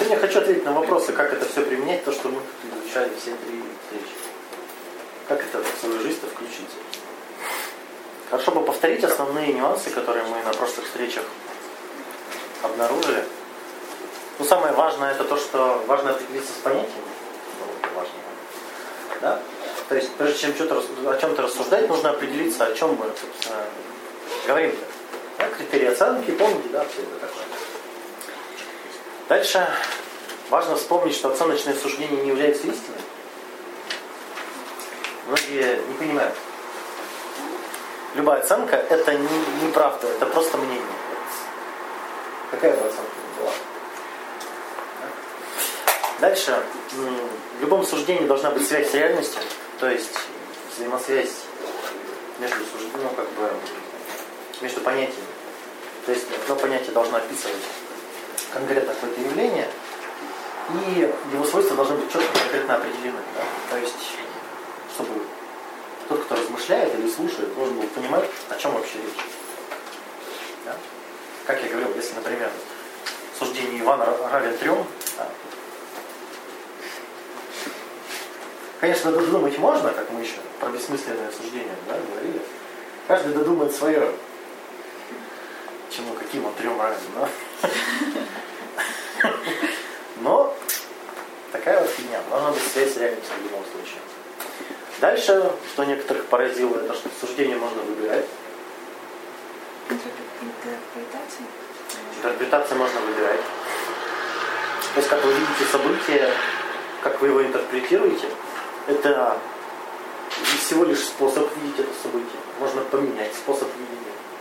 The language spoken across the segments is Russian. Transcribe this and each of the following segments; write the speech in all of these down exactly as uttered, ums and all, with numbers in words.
сегодня хочу ответить на вопросы, как это все применять, то, что мы тут изучали все три встречи. Как это в свою жизнь-то включить. Хорошо бы повторить основные нюансы, которые мы на прошлых встречах обнаружили. Ну, самое важное это то, что важно определиться с понятиями. Важно. Да? То есть, прежде чем что-то, о чем-то рассуждать, нужно определиться, о чем мы, собственно, говорим-то. Да? Критерии оценки, помните, да, все это такое. Дальше важно вспомнить, что оценочное суждение не является истиной. Многие не понимают. Любая оценка – это не, не правда, это просто мнение. Какая бы оценка ни была. Дальше. В любом суждении должна быть связь с реальностью, то есть взаимосвязь между, ну, как бы, между понятиями. То есть одно понятие должно описывать конкретно какое-то явление, и его свойства должны быть четко конкретно определены. Да? То есть, чтобы тот, кто размышляет или слушает, должен был понимать, о чем вообще речь. Да? Как я говорил, если, например, суждение Ивана равен трем, да, конечно, додумать можно, как мы еще про бессмысленное суждение, да, говорили. Каждый додумает свое. Чему, каким он трем равен, да? Но такая вот фигня. Должна быть связь с реальностью в любом случае. Дальше, что некоторых поразило, это что суждение можно выбирать. Интерпретация? Интерпретацию можно выбирать. То есть, как вы видите событие, как вы его интерпретируете, это всего лишь способ видеть это событие. Можно поменять способ видения.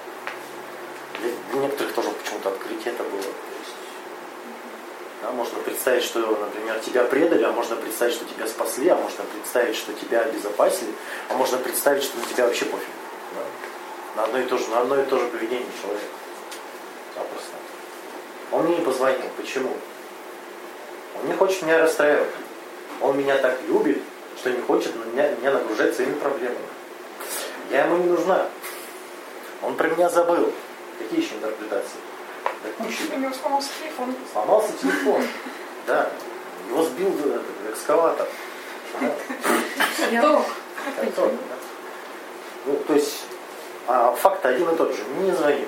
Для некоторых тоже почему-то открытие это было. Да, можно представить, что, например, тебя предали, а можно представить, что тебя спасли, а можно представить, что тебя обезопасили, а можно представить, что на тебя вообще пофиг. Да? На одно и то же, на одно и то же поведение человека. Запросто. Он мне не позвонил. Почему? Он не хочет меня расстраивать. Он меня так любит, что не хочет меня, меня нагружать своими проблемами. Я ему не нужна. Он про меня забыл. Какие еще интерпретации? Да куча. У него сломался телефон. Сломался телефон. Да. Его сбил этот экскаватор. Каток. Каток, да. Ну, то есть, а факт один и тот же. Не звоним.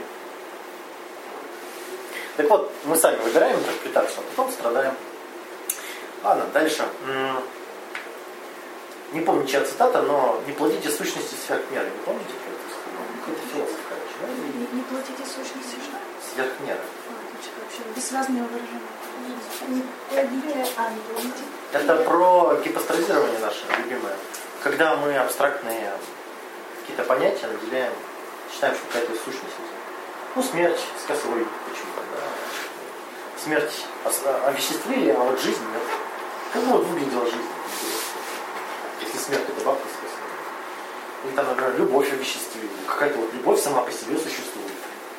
Так вот, мы сами выбираем интерпретацию, а потом страдаем. Ладно, дальше. Не помню, чья цитата, но не плодите сущности сверх меры. Не помните, как это сказал? Какой-то философ, короче. Да? Не, не платите сущности что? Сверх меры. Бессвязное выражение. Не плодите, а не плодите. Это про гипостазирование наше любимое. Когда мы абстрактные какие-то понятия наделяем, считаем, что какая-то сущность. Ну, смерть с косой почему-то. Да? Смерть овеществили, а вот жизнь нет. Как вот выглядела жизнь? Если смерть это бабка с косой. Или там, например, любовь овеществили. Какая-то вот любовь сама по себе существует.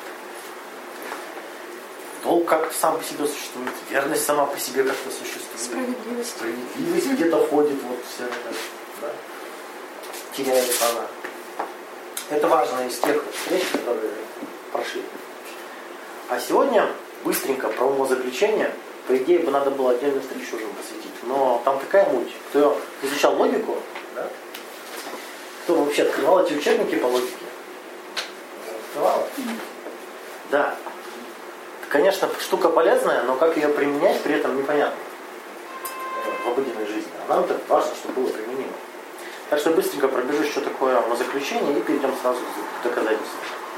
Долг как-то сам по себе существует. Верность сама по себе как-то существует. Справедливость. Справедливость где-то ходит вот все время. Да? Теряется она. Это важно из тех встреч, которые прошли. А сегодня быстренько про умозаключение. По идее бы надо было отдельную встречу уже посвятить. Но там такая муть. Кто изучал логику, да? Кто вообще открывал эти учебники по логике? Открывала? Да. Конечно, штука полезная, но как ее применять, при этом непонятно в обыденной жизни. А нам-то важно, чтобы было применимо. Так что быстренько пробежу, что такое умозаключение, и перейдем сразу к доказательствам.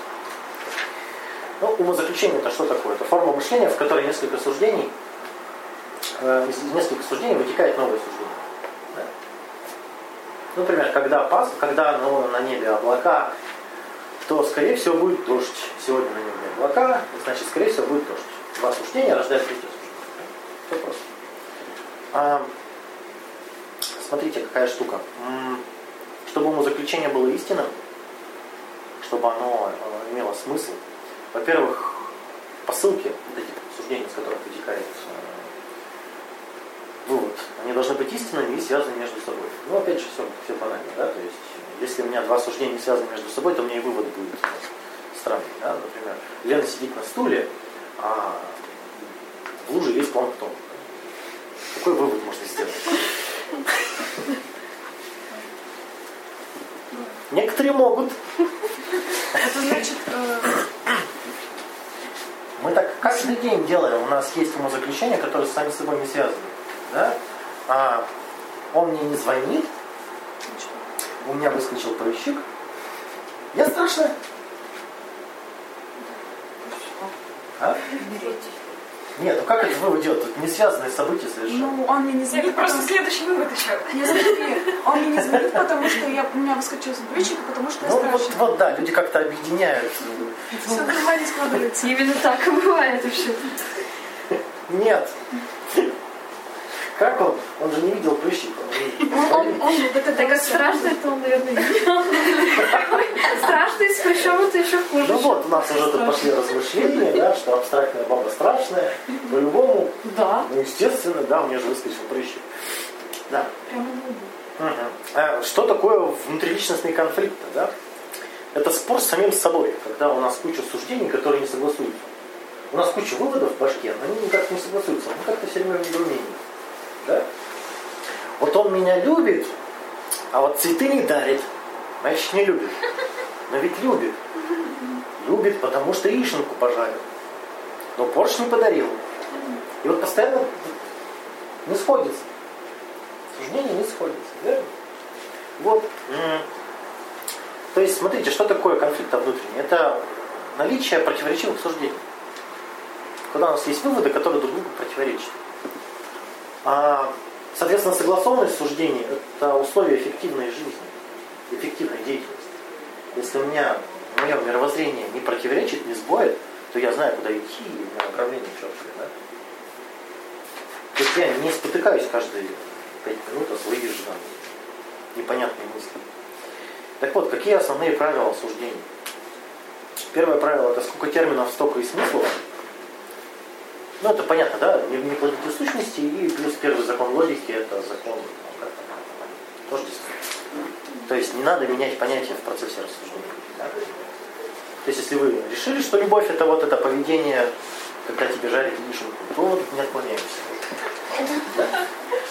Ну, умозаключение это что такое? Это форма мышления, в которой несколько суждений, э, из нескольких суждений вытекает новое суждение. Да? Например, когда, пас, когда ну, на небе облака, то, скорее всего, будет дождь. Сегодня на небе облака, значит, скорее всего, будет дождь. Два суждения рождают третье суждение. Все просто. А, смотрите, какая штука. Чтобы умозаключение было истинным, чтобы оно имело смысл, во-первых, посылки, вот эти суждения, из которых вытекает э, вывод, они должны быть истинными и связаны между собой. Ну, опять же, все, все банально, да, то есть, если у меня два суждения связаны между собой, то у меня и вывод будет странный, да, например, Лена сидит на стуле, а в луже есть планктон. Какой вывод можно сделать? Некоторые могут. Это значит... Э... Мы так каждый день делаем. У нас есть умозаключения, которые сами с собой не связаны. Да? А он мне не звонит. У меня выскочил прыщик. Я страшная. А? Нет, ну как это вывод делать? Тут не связанные события совершенно. Ну, он мне не звонит. Это просто потому... следующий вывод еще. Не звонит. Он мне не звонит, потому что я... у меня выскочил прыщик, потому что я Ну страшная. вот, вот да, люди как-то объединяют. Все нормально складывается. Именно так и бывает вообще. Нет. Как он? Он же не видел прыщик. Он, он, он вот это Так как страшно, это он, наверное, не видел. Страшно, и с прыщом это еще хуже. Ну вот, у нас уже тут пошли размышления, да, что абстрактная баба страшная. По-любому. Да. Ну, естественно, да, у меня же выскочил прыщик. Да. Прямо в лбу. Угу. А что такое внутриличностные конфликты, да? Это спор с самим собой, когда у нас куча суждений, которые не согласуются. У нас куча выводов в башке, но они никак не согласуются. Мы как-то все время в недоумении. Да? Вот он меня любит, а вот цветы не дарит. Значит, не любит. Но ведь любит. Любит, потому что яишенку пожарил. Но Порш не подарил. И вот постоянно не сходится. Суждения не сходятся. Верно? Вот. То есть, смотрите, что такое конфликт внутренний? Это наличие противоречивых суждений. Когда у нас есть выводы, которые друг другу противоречат. А, соответственно, согласованность суждений – это условие эффективной жизни, эффективной деятельности. Если у меня, мое мировоззрение не противоречит, не сбоит, то я знаю, куда идти, и у меня направление четкое. Да? То есть я не спотыкаюсь каждые пять минут о своих желаниях. Непонятные мысли. Так вот, какие основные правила суждений? Первое правило – это сколько терминов, столько и смыслов. Ну, это понятно, да? Не, не плодите сущности, и плюс первый закон логики – это закон ну, тождества. То есть не надо менять понятия в процессе рассуждения. Да? То есть если вы решили, что любовь – это вот это поведение, когда тебе жарят яишенку, то вот не отклоняемся. Да?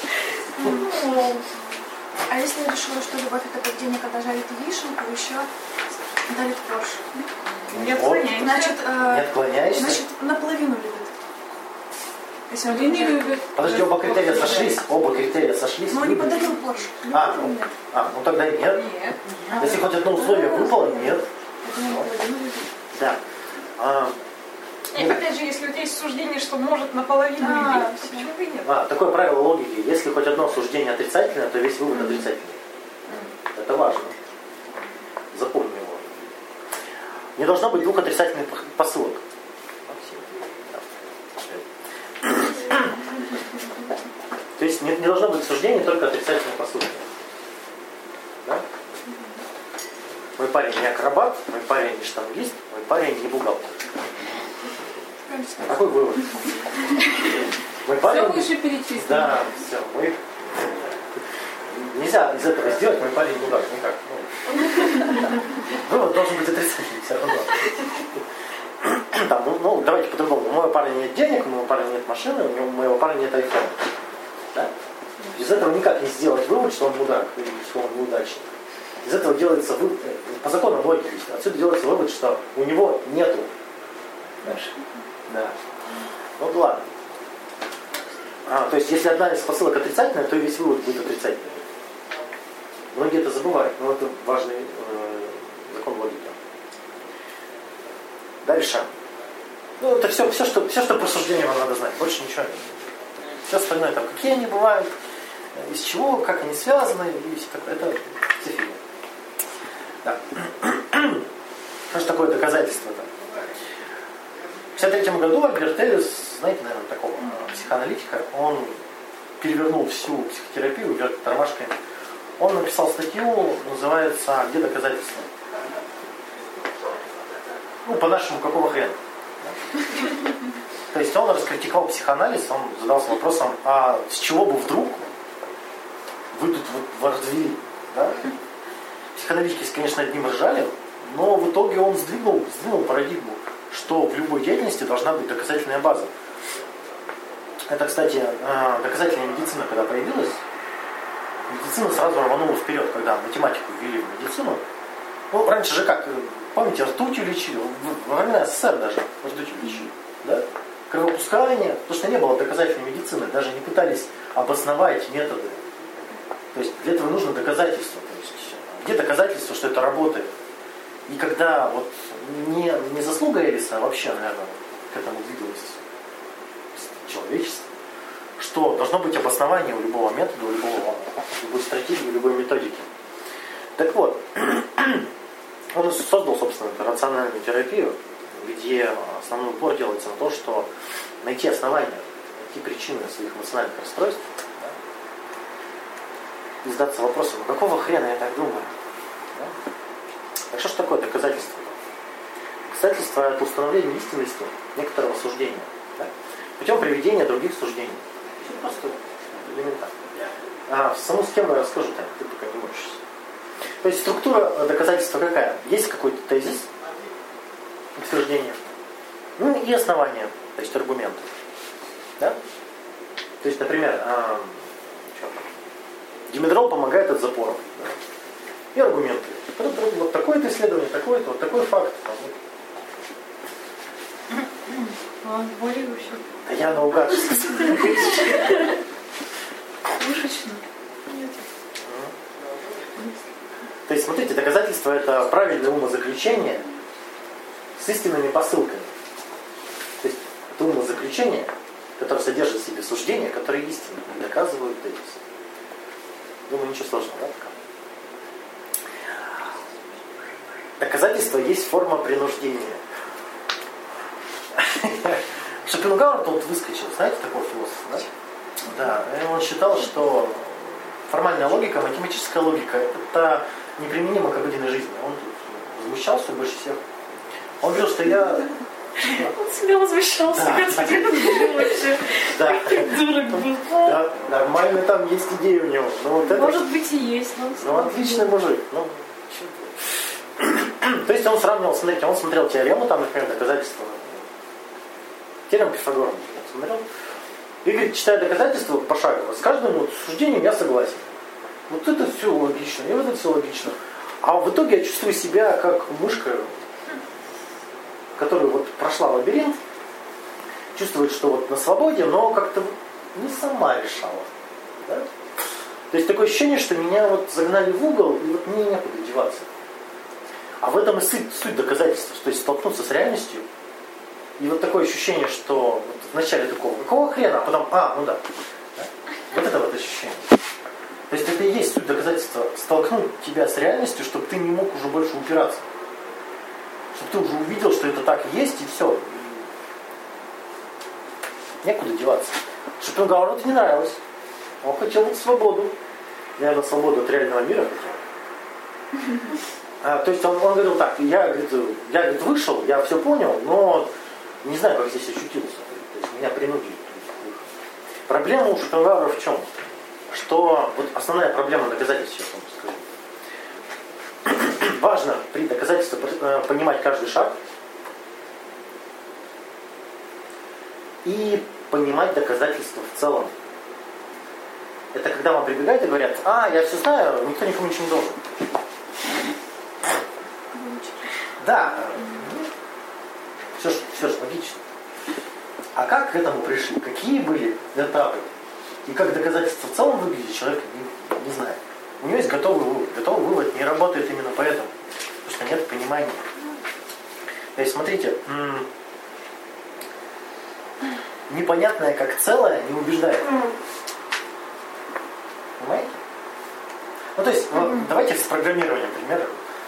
А если я решила, что любовь это поведение, когда жарит яишенку, еще дарит Порш? Не отклоняемся. Значит, э, Не отклоняешься. значит, наполовину любит. Если он Или не любит. Подожди, оба критерия сошлись. Оба критерия сошлись. Но он не подарил Порш. А, ну, а, ну тогда нет. Нет. Если хоть одно условие выпало, нет. Это не наполовину любит. Да. А, И опять же, если у тебя есть суждение, что может наполовину А, любить, то почему бы и нет? а, такое правило логики. Если хоть одно суждение отрицательное, то весь вывод отрицательный. Это важно. Запомни его. Не должно быть двух отрицательных посылок. То есть не, не должно быть суждения только отрицательной посылки. Да? Мой парень не акробат, мой парень не штангист, мой парень не бухгалтер. Какой вывод? Мой парень... Все выше перечислено. Да, все. Мы... Нельзя из этого сделать, мой парень не дурак, никак. Ну, вывод должен быть отрицательный все равно. Да, ну, ну, давайте по-другому. У моего парня нет денег, у моего парня нет машины, у моего парня нет айфона. Да? Из этого никак не сделать вывод, что он мудак или что он неудачник. Из этого делается вывод, по законам логики, отсюда делается вывод, что у него нету. Знаешь? Да. Ну ладно. А, то есть, если одна из посылок отрицательная, то и весь вывод будет отрицательный. Многие это забывают, но это важный э, закон логики. Дальше. Ну, это все, все, что, все, что про суждение вам надо знать. Больше ничего нет. Все остальное, там, какие они бывают, из чего, как они связаны, и все такое. Это все фигня. Да. Что же такое доказательство-то? В пятьдесят третьем году Альберт Эллис, знаете, наверное, такого психоаналитика, он перевернул всю психотерапию вверх тормашками. Он написал статью, называется «Где доказательства?». Ну, по-нашему, какого хрена? То есть он раскритиковал психоанализ, он задался вопросом, а с чего бы вдруг вы тут вот вордвили, да? Психоаналитики, конечно, над ним ржали, но в итоге он сдвинул, сдвинул парадигму, что в любой деятельности должна быть доказательная база. Это, кстати, доказательная медицина, когда появилась, медицина сразу рванула вперед, когда математику ввели в медицину. Ну, раньше же как, помните, ртутью лечили, во времена СССР даже ртутью лечили, да? Кровопускание, потому что не было доказательной медицины, даже не пытались обосновать методы. То есть для этого нужно доказательство. То есть, где доказательство, что это работает? И когда вот не, не заслуга Элиса, а вообще, наверное, к этому двигалось человечество, что должно быть обоснование у любого метода, у любого, любой стратегии, у любой методики. Так вот, он создал, собственно, рациональную терапию, где основной упор делается на то, что найти основания, найти причины своих эмоциональных расстройств, да, и задаться вопросом, ну какого хрена я так думаю? Да? Так что же такое доказательство? Доказательство – это установление истинности некоторого суждения, да, путем приведения других суждений. Все просто элементарно. А саму схему я расскажу, Таня, ты пока не можешь. То есть структура доказательства какая? Есть какой-то тезис, утверждение, ну и основания, то есть аргументы. Да? То есть, например, э, димедрол помогает от запоров. Да? И аргументы. Вот такое-то исследование, такое-то, вот такой факт. Там, вот. А, боли вообще. Да я наугад. Пушечно. Нет. То есть, смотрите, доказательство – это правильное умозаключение с истинными посылками. То есть, это умозаключение, которое содержит в себе суждения, которые истинны, доказывают тезис. Думаю, ничего сложного, да, пока? Доказательство есть форма принуждения. Шопенгауэр тут выскочил, знаете, такой философ, да? Да, и он считал, что формальная логика, математическая логика – это неприменимо к обыденной жизни. Он тут возмущался больше всех. Он говорил, что я... Он себя возмущался, да, господи, вообще. Да. Как дурак был. Да, нормально там есть идеи у него. Но вот это... Может быть и есть, но... Ну, отличный мужик. Ну, то есть он сравнивал, смотрите, он смотрел теорему, там, например, доказательства. Теорему Пифагора смотрел. И говорит, читая доказательства пошагово, с каждым вот суждением я согласен. Вот это все логично, и вот это все логично. А в итоге я чувствую себя как мышка, которая вот прошла лабиринт, чувствует, что вот на свободе, но как-то не сама решала. Да? То есть такое ощущение, что меня вот загнали в угол, и вот мне некуда деваться. А в этом и суть, суть доказательства, то есть столкнуться с реальностью. И вот такое ощущение, что вот вначале такого, какого хрена, а потом, а, ну да. да? Вот это вот ощущение. То есть это и есть суть доказательства, столкнуть тебя с реальностью, чтобы ты не мог уже больше упираться. Чтобы ты уже увидел, что это так и есть, и все. Некуда деваться. Шопенгауэру это не нравилось. Он хотел вот свободу. Наверное, свободу от реального мира хотел. А, то есть он, он говорил так, я, говорит, я говорит, вышел, я все понял, но не знаю, как здесь очутился. То есть меня принудили. Проблема у Шопенгауэра в чем? Что вот основная проблема доказательств, сейчас вам скажу. Важно при доказательстве понимать каждый шаг и понимать доказательства в целом. Это когда вам прибегают и говорят, а, я все знаю, никто никому ничего не должен. Да, все же, все же логично. А как к этому пришли? Какие были этапы? И как доказательство в целом выглядит, человек не, не знает. У него есть готовый вывод. Готовый вывод не работает именно поэтому. Потому что нет понимания. То есть, смотрите, м- непонятное как целое не убеждает. Понимаете? Ну, то есть, вот, давайте с программированием примеры.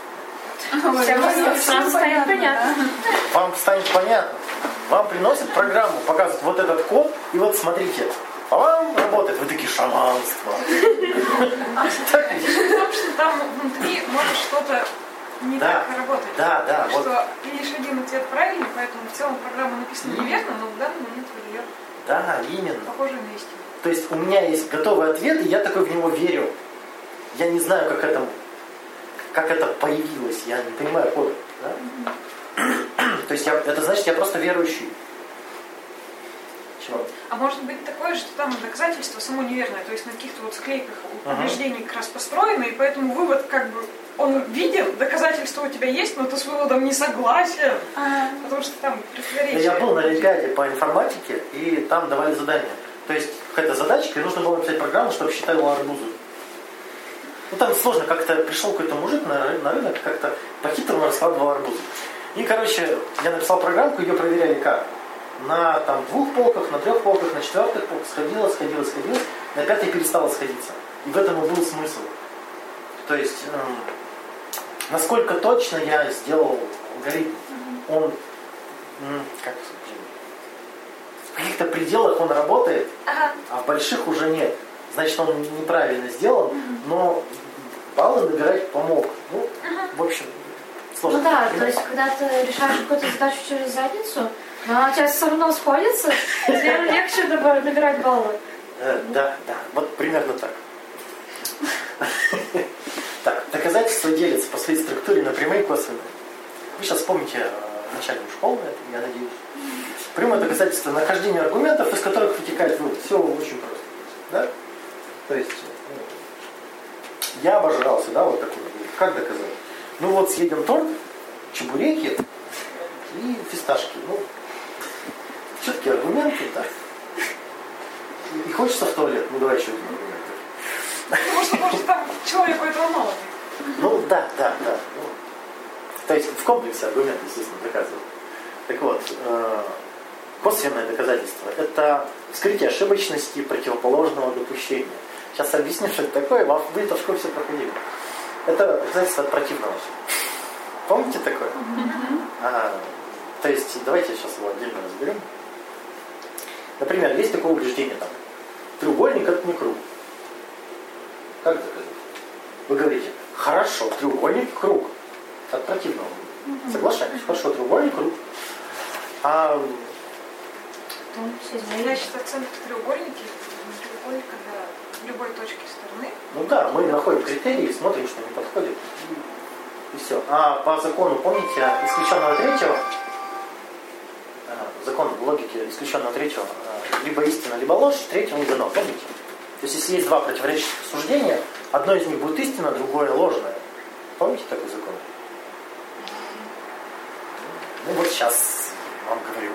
Сразу станет понятно. Вам станет понятно. Вам приносят программу, показывают вот этот код, и вот смотрите, а вам работает. Вы такие, шаманство. А в том, что там внутри может что-то не Да, так работать. да, да, вот. Что видишь один ответ правильный, поэтому в целом программа написана неверно, но в данный момент выдает Да, именно. похожее на истину. То есть у меня есть готовый ответ, и я такой в него верю. Я не знаю, как это, как это появилось, я не понимаю кода. Да? То есть я, это значит, я просто верующий Чего? А может быть такое, что там доказательство само неверное, то есть на каких-то вот склейках убеждений как раз построено, и поэтому вывод как бы он виден, доказательства у тебя есть, но ты с выводом не согласен, А, потому что там противоречие. Я был на Олимпиаде по информатике, и там давали задание. То есть какая-то задачка, и нужно было написать программу, чтобы считала арбузы. Ну там сложно, как-то пришел какой-то мужик на, на рынок, как-то по-хитрому раскладывал арбузы. И, короче, я написал программку, ее проверяли как? На там, двух полках, на трех полках, на четвертых полках сходила, сходила, сходила, на пятой перестала сходиться. И в этом и был смысл. То есть, эм, насколько точно я сделал алгоритм. Он, м, как сказать, в каких-то пределах он работает, Ага. а в больших уже нет. Значит, он неправильно сделан, но баллы набирать помог. Ну, в общем, сложно. Ну да, то есть, когда ты решаешь какую-то задачу через задницу, но она у тебя все равно сходится, тебе легче набирать баллы. Э, да, да, вот примерно так. Так, доказательства делятся по своей структуре на прямые и косвенные. Вы сейчас вспомните э, начальную школу, я надеюсь. Прямое доказательство нахождения аргументов, из которых вытекает вывод. Все очень просто. Да? То есть, ну, я обожрался, да, вот такой. Как доказать? Ну вот съедем торт, чебуреки и фисташки. Ну, четкие аргументы, да? И хочется в туалет. Ну давай еще один аргумент. Потому что, может, там человеку этого мало. Ну да, да, да. Ну, то есть в комплексе аргумент, естественно, доказывают. Так вот, э, косвенное доказательство – это вскрытие ошибочности противоположного допущения. Сейчас объясню, что это такое, вам вы это в школе все проходили. Это доказательство от противного. Помните такое? Mm-hmm. А, то есть, давайте сейчас его отдельно разберем. Например, есть такое убеждение там. Треугольник – это не круг. Как доказать? Вы говорите, хорошо, треугольник – круг. От противного. Mm-hmm. Соглашаетесь? Хорошо, треугольник – круг. А значит, оценка треугольники, треугольник, когда в любой точке стороны. Ну да, мы находим критерии, смотрим, что не подходит. И все. А по закону, помните, исключенного третьего, закон логики исключенного третьего, либо истина, либо ложь, третьего не дано, помните? То есть, если есть два противоречащих суждения, одно из них будет истина, другое ложное. Помните такой закон? Ну вот сейчас вам говорю.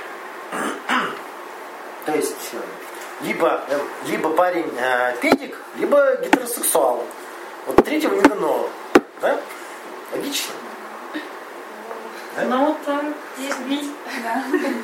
То есть, либо, либо парень э, педик, либо гетеросексуал. Вот третьего не дано. Да? Логично? Да? Ну, там есть бить. да.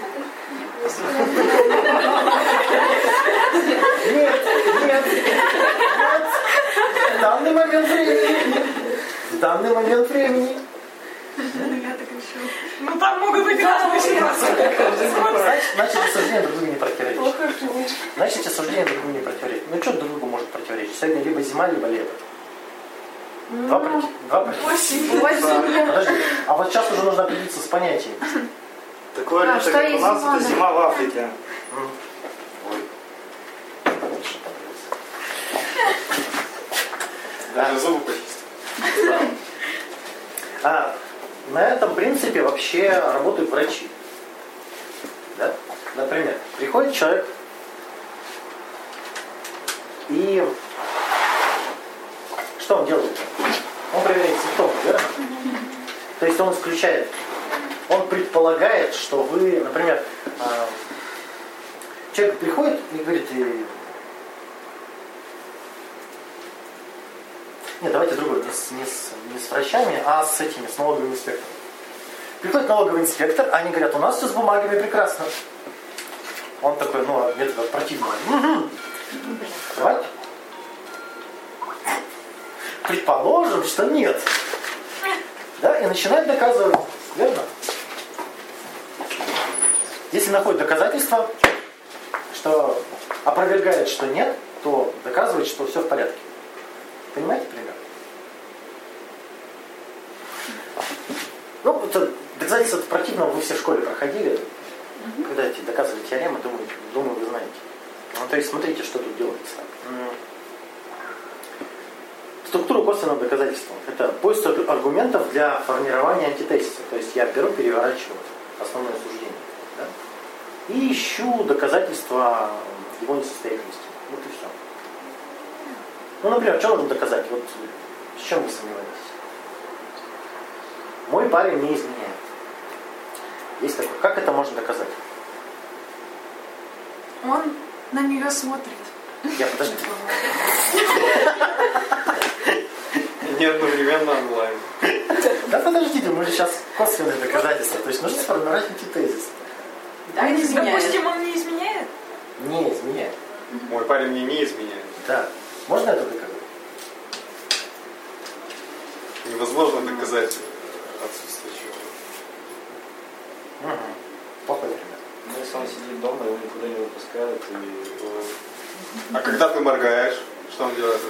Нет, нет, нет. В данный момент времени. В данный момент времени. Я так решила. Ну там могут быть разные ситуации. Значит, значит, осуждение друг другу не противоречит. Значит, осуждение друг другу не противоречит. Ну что друг другу может противоречить? Сегодня либо зима, либо лето. Два проти... Два противоречия. Подожди, а вот сейчас уже нужно определиться с понятиями. Такое А, лето, что как у есть нас, зима, это да? зима в Африке. Ой. Даже зубы почистил. А, на этом принципе вообще работают врачи. Да? Например, приходит человек и что он делает? Он проверяет симптомы, верно? То есть он исключает. Он предполагает, что вы, например, человек приходит и говорит, нет, давайте другое, не с, не, с, не с врачами, а с этими, с налоговым инспектором. Приходит налоговый инспектор, они говорят, у нас все с бумагами прекрасно. Он такой, ну, мне это противно. Угу. Давайте. Предположим, что нет. Да, и начинает доказывать. Верно? Если находит доказательства, что опровергает, что нет, то доказывает, что все в порядке. Понимаете пример? Ну, это доказательства противного вы все в школе проходили. Mm-hmm. Когда эти доказывали теоремы, думаю, думаю, вы знаете. Ну, то есть, смотрите, что тут делается. Структура косвенного доказательства. Это поиск аргументов для формирования антитезиса. То есть, я беру, переворачиваю основное суждение. Да? и ищу доказательства его несостоятельности. Вот и все. Ну, например, что нужно доказать? Вот с чем вы сомневаетесь? Мой парень не изменяет. Есть такое. Как это можно доказать? Он на нее смотрит. Я подожди. Не одновременно онлайн. Да подождите, мы же сейчас косвенные доказательства. То есть нужно сформировать антитезис. Да, не изменяет. Допустим, он не изменяет? Не изменяет. Мой парень мне не изменяет. Да. Можно это доказать? Невозможно доказать отсутствие чего-то. Угу. Плохой пример. Ну, если он сидит дома, его никуда не выпускают, и... А когда ты моргаешь, что он делает?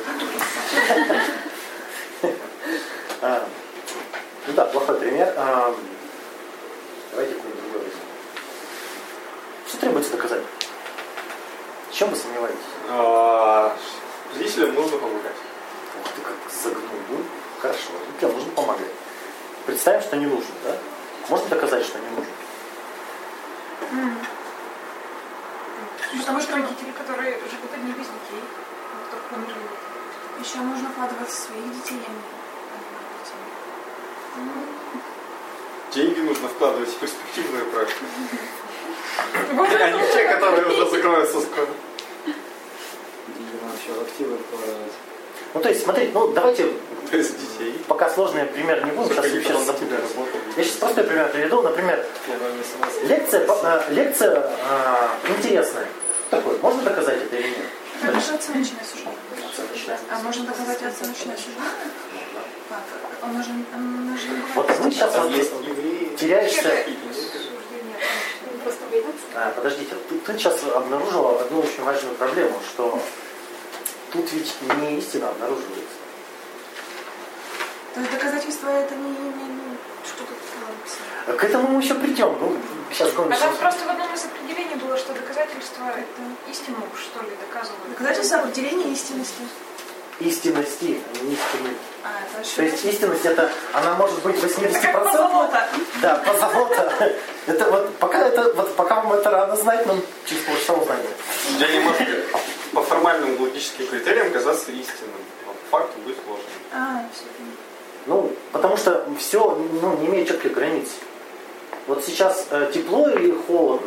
А, ну да, плохой пример. А, давайте какой-нибудь другой возьмем. Что требуется доказать? В чем вы сомневаетесь? А, Родителям нужно помогать. Ух ты, как загнул. Ну, хорошо, родителям нужно помогать. Представим, что не нужно, да? Можно доказать, что не нужно? Потому что родители, которые живут одни без детей, вот так умерли. Еще нужно вкладываться в своих детей, а не в детей. Деньги нужно вкладывать в перспективные проекты. Вот А не в те, которые уже закроются скоро. Деньги надо еще в активы вкладывать. Ну, то есть, смотрите, ну, давайте, То есть детей. пока сложный пример не будем, сейчас, сейчас запутаюсь. Я сейчас простой пример приведу. Например, лекция, по- э, лекция э, интересная. Такой, можно доказать это или нет? Это же оценочное суждение. Оценочная. А можно доказать оценочное суждение? Как? Он же, он же не Вот мы сейчас вот Есть евреи. теряешься. суждение. А, подождите, ты, ты сейчас обнаружила одну очень важную проблему, что тут ведь не истина обнаруживается. То есть доказательство это не, не, не что-то такое. К этому мы еще придем. Ну, сейчас А там гоним. просто в одном из определений было, что доказательства это истину, что ли, доказывают. Доказательство определения истинности. Истинности, а не истины. А, это То есть истинность это, она может быть восемьдесят Как процентов. позолота. Да, позолота. Это вот пока это вот пока вам это рано знать, нам через полчаса узнаете. Я не могу по формальным логическим критериям казаться истинным. Но по факту быть ложным. А, все. Ну, потому что все ну, не имеет четких границ. Вот сейчас э, тепло или холодно?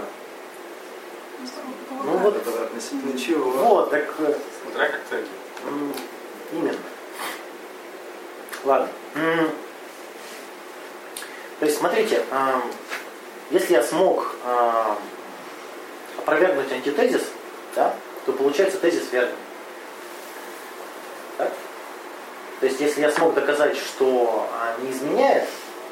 Ну вот, Это относительно чего? вот, так э, Смотря как ты. м, именно. Ладно. М, То есть, смотрите, э, если я смог э, опровергнуть антитезис, да, то получается тезис верный. Так? То есть, если я смог доказать, что а, не изменяет,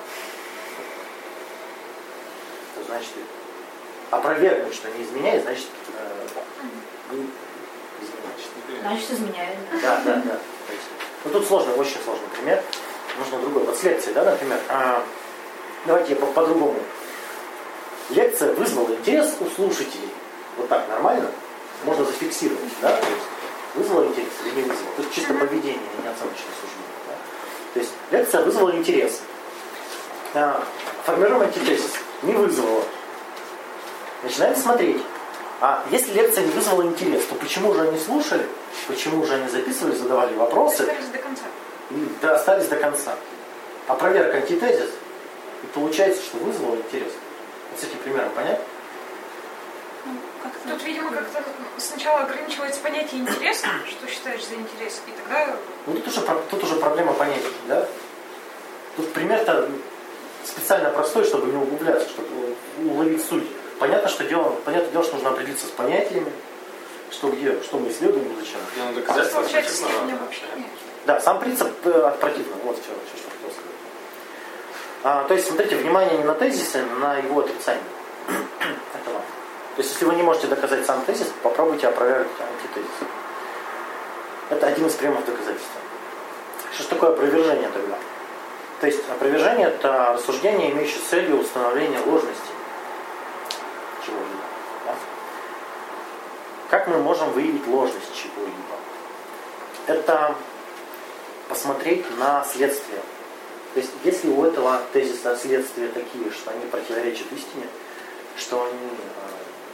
то значит опровергнуть, что не изменяет, значит э, не изменяет. Значит, изменяет. Да, да, да. То есть, ну тут сложный, очень сложный пример. Нужно другой. Вот с лекцией, да, например. А, давайте я по- по-другому. Лекция вызвала интерес у слушателей. Вот так нормально? Можно зафиксировать, да? То есть, вызвала интерес или не вызвала? Тут чисто поведение, а не оценочное суждение. Да? То есть лекция вызвала интерес. А, формируем антитезис. Не вызвала. Начинаем смотреть. А если лекция не вызвала интерес, то почему же они слушали? Почему же они записывали, задавали вопросы? Остались до конца. И да, остались до конца. Опроверг антитезис. И получается, что вызвало интерес. Вот с этим примером понятно? Ну, как-то... Тут, видимо, как-то сначала ограничивается понятие интереса, что считаешь за интерес, и тогда... Ну тут уже, про- тут уже проблема понятий, да? Тут пример-то специально простой, чтобы не углубляться, чтобы уловить суть. Понятно, что дело, понятно дело, что нужно определиться с понятиями, что где, что мы исследуем и зачем. Не, ну доказательства Получается степень объективно. обобщения. Да, сам принцип э, от противного. Вот все, все, что хотел сказать. А, то есть, смотрите, внимание не на тезисы, а на его отрицание. Это важно. То есть, если вы не можете доказать сам тезис, попробуйте опровергнуть антитезис. Это один из приемов доказательства. Что ж такое опровержение тогда? То есть, опровержение – это рассуждение, имеющее целью установления ложности чего-либо. Да? Как мы можем выявить ложность чего-либо? Это посмотреть на следствие. То есть, если у этого тезиса следствия такие, что они противоречат истине, что они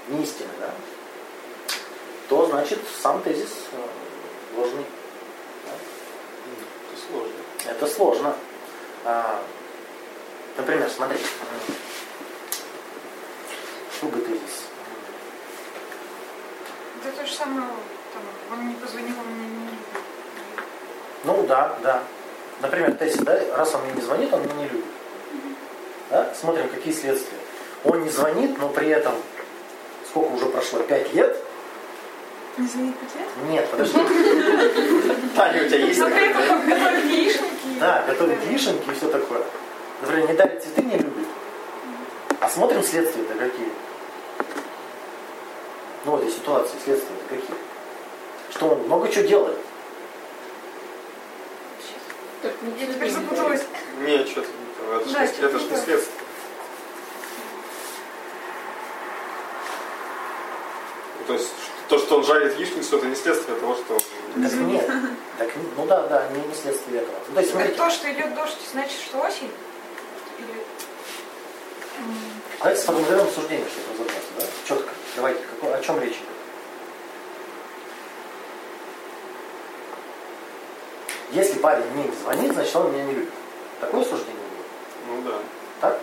не истинны, да, то значит сам тезис ложный. Да? Это сложно. Это сложно. А, например, смотри, грубый тезис. Это то же самое, там, он не позвонил, он мне не любит. Ну да, да. Например, тезис, да, раз он мне не звонит, он меня не любит. Да? Смотрим, какие следствия. Он не звонит, но при этом сколько уже прошло? Пять лет? Не звонит пять лет? Нет, подожди. Таня, у тебя есть Но при такая, этом да? он готовит яишенки. Да, готовит вишенки и все такое. Например, не дарит цветы, не любит. А смотрим следствия-то какие. Ну, в этой ситуации следствия-то какие. Что он много чего делает. Я теперь запуталась. Нет, что-то не то. Это ж Да, не- что-то это ж не не то. следствие. Ну, то есть то, что он жарит яичницу, это не следствие того, что... Так нет. Так, не- ну да, да, не, не следствие этого. Ну, то есть, Это смотрите, то, что идет дождь, значит, что осень? Или... давайте сформулируем суждение, чтобы разобраться, да? Четко. Давайте, какой, о чем речь идет? Если парень мне не звонит, значит он меня не любит. Такое суждение будет? Ну да. Так?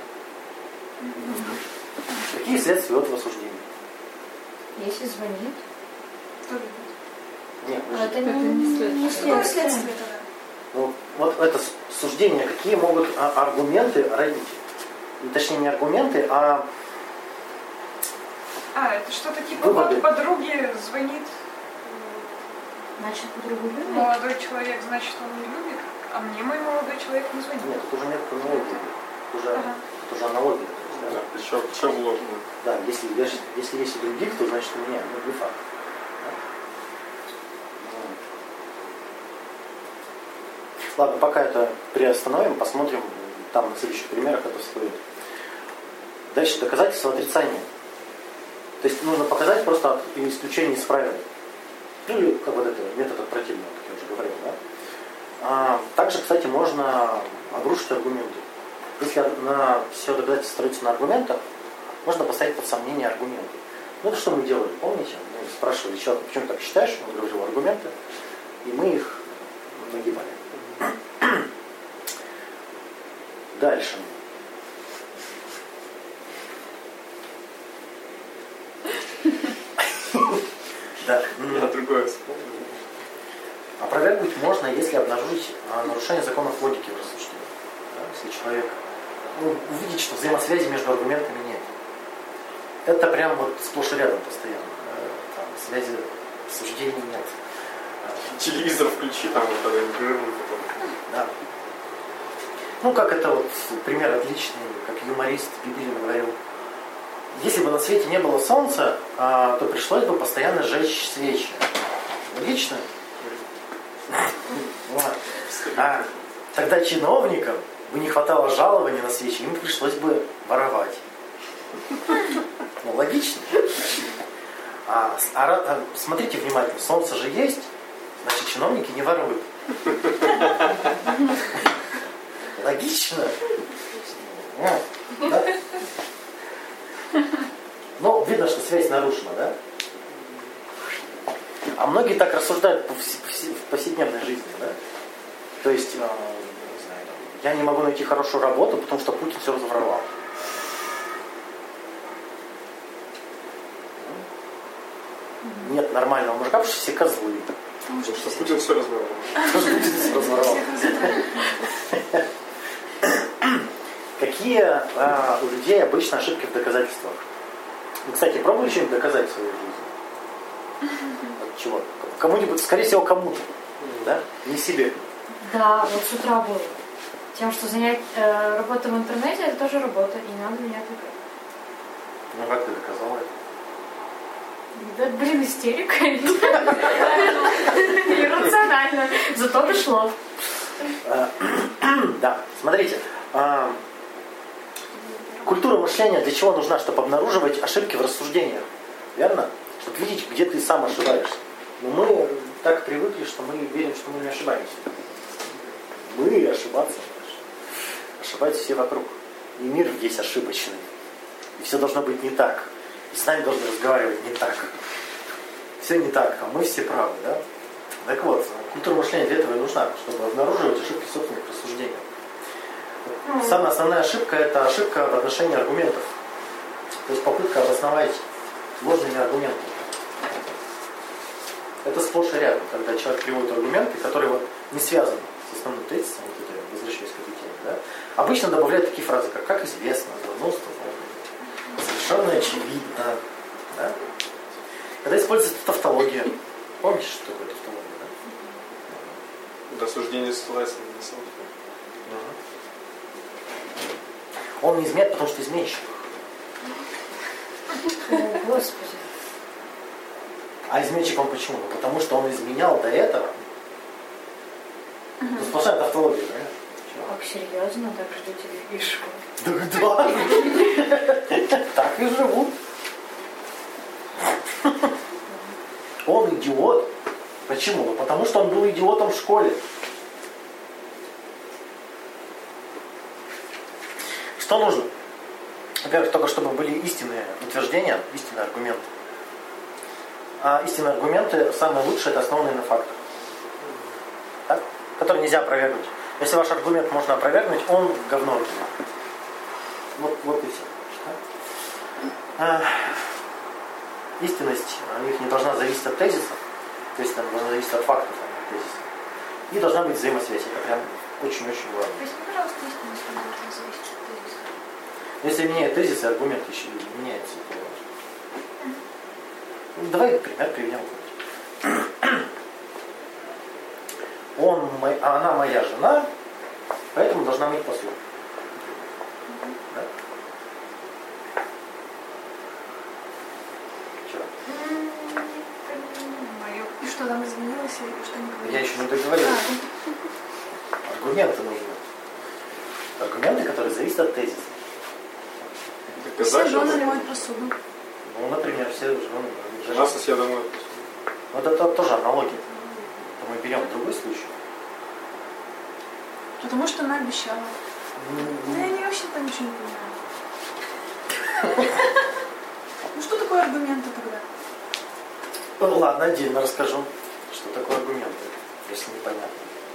Какие следствия у этого суждения? Если звонит, Кто любит? Нет, а это Это не, не не следствие. Какое следствие. следствие тогда? ну, вот это с- суждение, какие могут а, аргументы родить? И, точнее, не аргументы, а А, это что-то типа Выводы. вот подруге звонит Значит, подругу э, любит. молодой человек, значит, он не любит, а мне мой молодой человек не звонит. нет, это уже нет аналогии. Это уже, Ага. это уже аналогия. то есть, да? Да, причем, причем ложно. Да, если, если, если есть и других, то значит у меня, ну, не факт. Да? Ну. Ладно, пока это приостановим, посмотрим, там на следующих примерах это всплывет. Дальше доказательства отрицания. То есть нужно показать просто от исключения из правил. Ну или как вот это метод от противного, как я уже говорил. Да? А, также, кстати, можно обрушить аргументы. Если на все доказательства строится на аргументах, можно поставить под сомнение аргументы. Ну это что мы делали, помните? Мы спрашивали человека, почему ты так считаешь, он говорил аргументы, и мы их нагибали. Дальше. Да. Я другое вспомнил. Опровергнуть можно, если обнаружить а, нарушение законов логики в рассуждении. Да? Если человек ну, увидит, что взаимосвязи между аргументами нет. Это прям вот сплошь и рядом постоянно. Э, Там, связи суждений нет. Телевизор включи, там вот это непрерывно потом. Да. Ну, как это вот пример отличный, как юморист Бибилин говорил. Если бы на свете не было солнца, а, то пришлось бы постоянно жечь свечи. Логично? Вот. А тогда чиновникам бы не хватало жалований на свечи, им пришлось бы воровать. Ну, логично. А, а, а смотрите внимательно, солнце же есть, значит чиновники не воруют. Логично. Ну, да? Ну, видно, что связь нарушена, да? А многие так рассуждают в повседневной жизни, да? То есть, э, не знаю, я не могу найти хорошую работу, потому что Путин все разворовал. Нет нормального мужика, потому что все козлы. Потому что Путин все разворовал. Потому что Путин все разворовал. Какие а, у людей обычно ошибки в доказательствах? Вы, кстати, пробовали что-нибудь доказать в своей жизни? От чего? Кому-нибудь, скорее всего, кому-то. Да? Не себе. Да, вот с утра было. Тем, что занять э, работу в интернете, это тоже работа, и надо меня отвлекать. Ну как ты доказала это? Да, блин, истерика. Иррационально. Зато дошло. Да, смотрите. а, Культура мышления для чего нужна? Чтобы обнаруживать ошибки в рассуждениях. Верно? Чтобы видеть, где ты сам ошибаешься. Но мы так привыкли, что мы верим, что мы не ошибаемся. Мы ошибаться. Ошибаются все вокруг. И мир здесь ошибочный. И все должно быть не так. и с нами должны разговаривать не так. Все не так, а мы все правы, да? Так вот, культура мышления для этого и нужна, чтобы обнаруживать ошибки собственных рассуждений. Самая основная ошибка – это ошибка в отношении аргументов. То есть попытка обосновать ложными аргументами. Это сплошь и рядом, когда человек приводит аргументы, которые вот не связаны с основным тезисом, вот это, возвращаясь к этой теме, да? Обычно добавляют такие фразы, как «как известно», «ну, совершенно очевидно». Да? Когда используется тавтология. Помните, что такое тавтология, да? Рассуждение ссылается на самом Он не изменяет, потому что изменщик. О, Господи. А изменщик он почему? Ну, потому что он изменял до этого. Ну, сплошная тавтология, да? Как серьезно, так ждете вишку. Да, да. Так и живут. Он идиот. Почему? Ну, потому что он был идиотом в школе. Что нужно? Во-первых, только чтобы были истинные утверждения, истинные аргументы. А истинные аргументы, самые лучшие, это основанные на фактах. Так? Которые нельзя опровергнуть. Если ваш аргумент можно опровергнуть, он говно. Вот, вот и все. А, истинность у них не должна зависеть от тезиса. То есть она должна зависеть от фактов, а не от тезиса. И должна быть взаимосвязь. Это прям очень-очень важно. Поясни, пожалуйста, истинность, когда это зависит от тезиса. Если меняет тезис, аргумент еще меняется. Ну, давай пример приведем. Он, мой, она моя жена, поэтому должна мыть посуду. Да? Чего? И что там изменилось, и что не говорилось? Я еще не договорил. Аргументы нужны. Аргументы, которые зависят от тезиса. Все жены не моют посуду. Ну, например, все жены. Жена соседа моет. Вот это тоже аналогия. То мы берем другой случай. Потому что она обещала. Да я не вообще там ничего не понимаю. Ну что такое аргументы тогда? Ну, ладно, отдельно расскажу, что такое аргументы, если непонятно.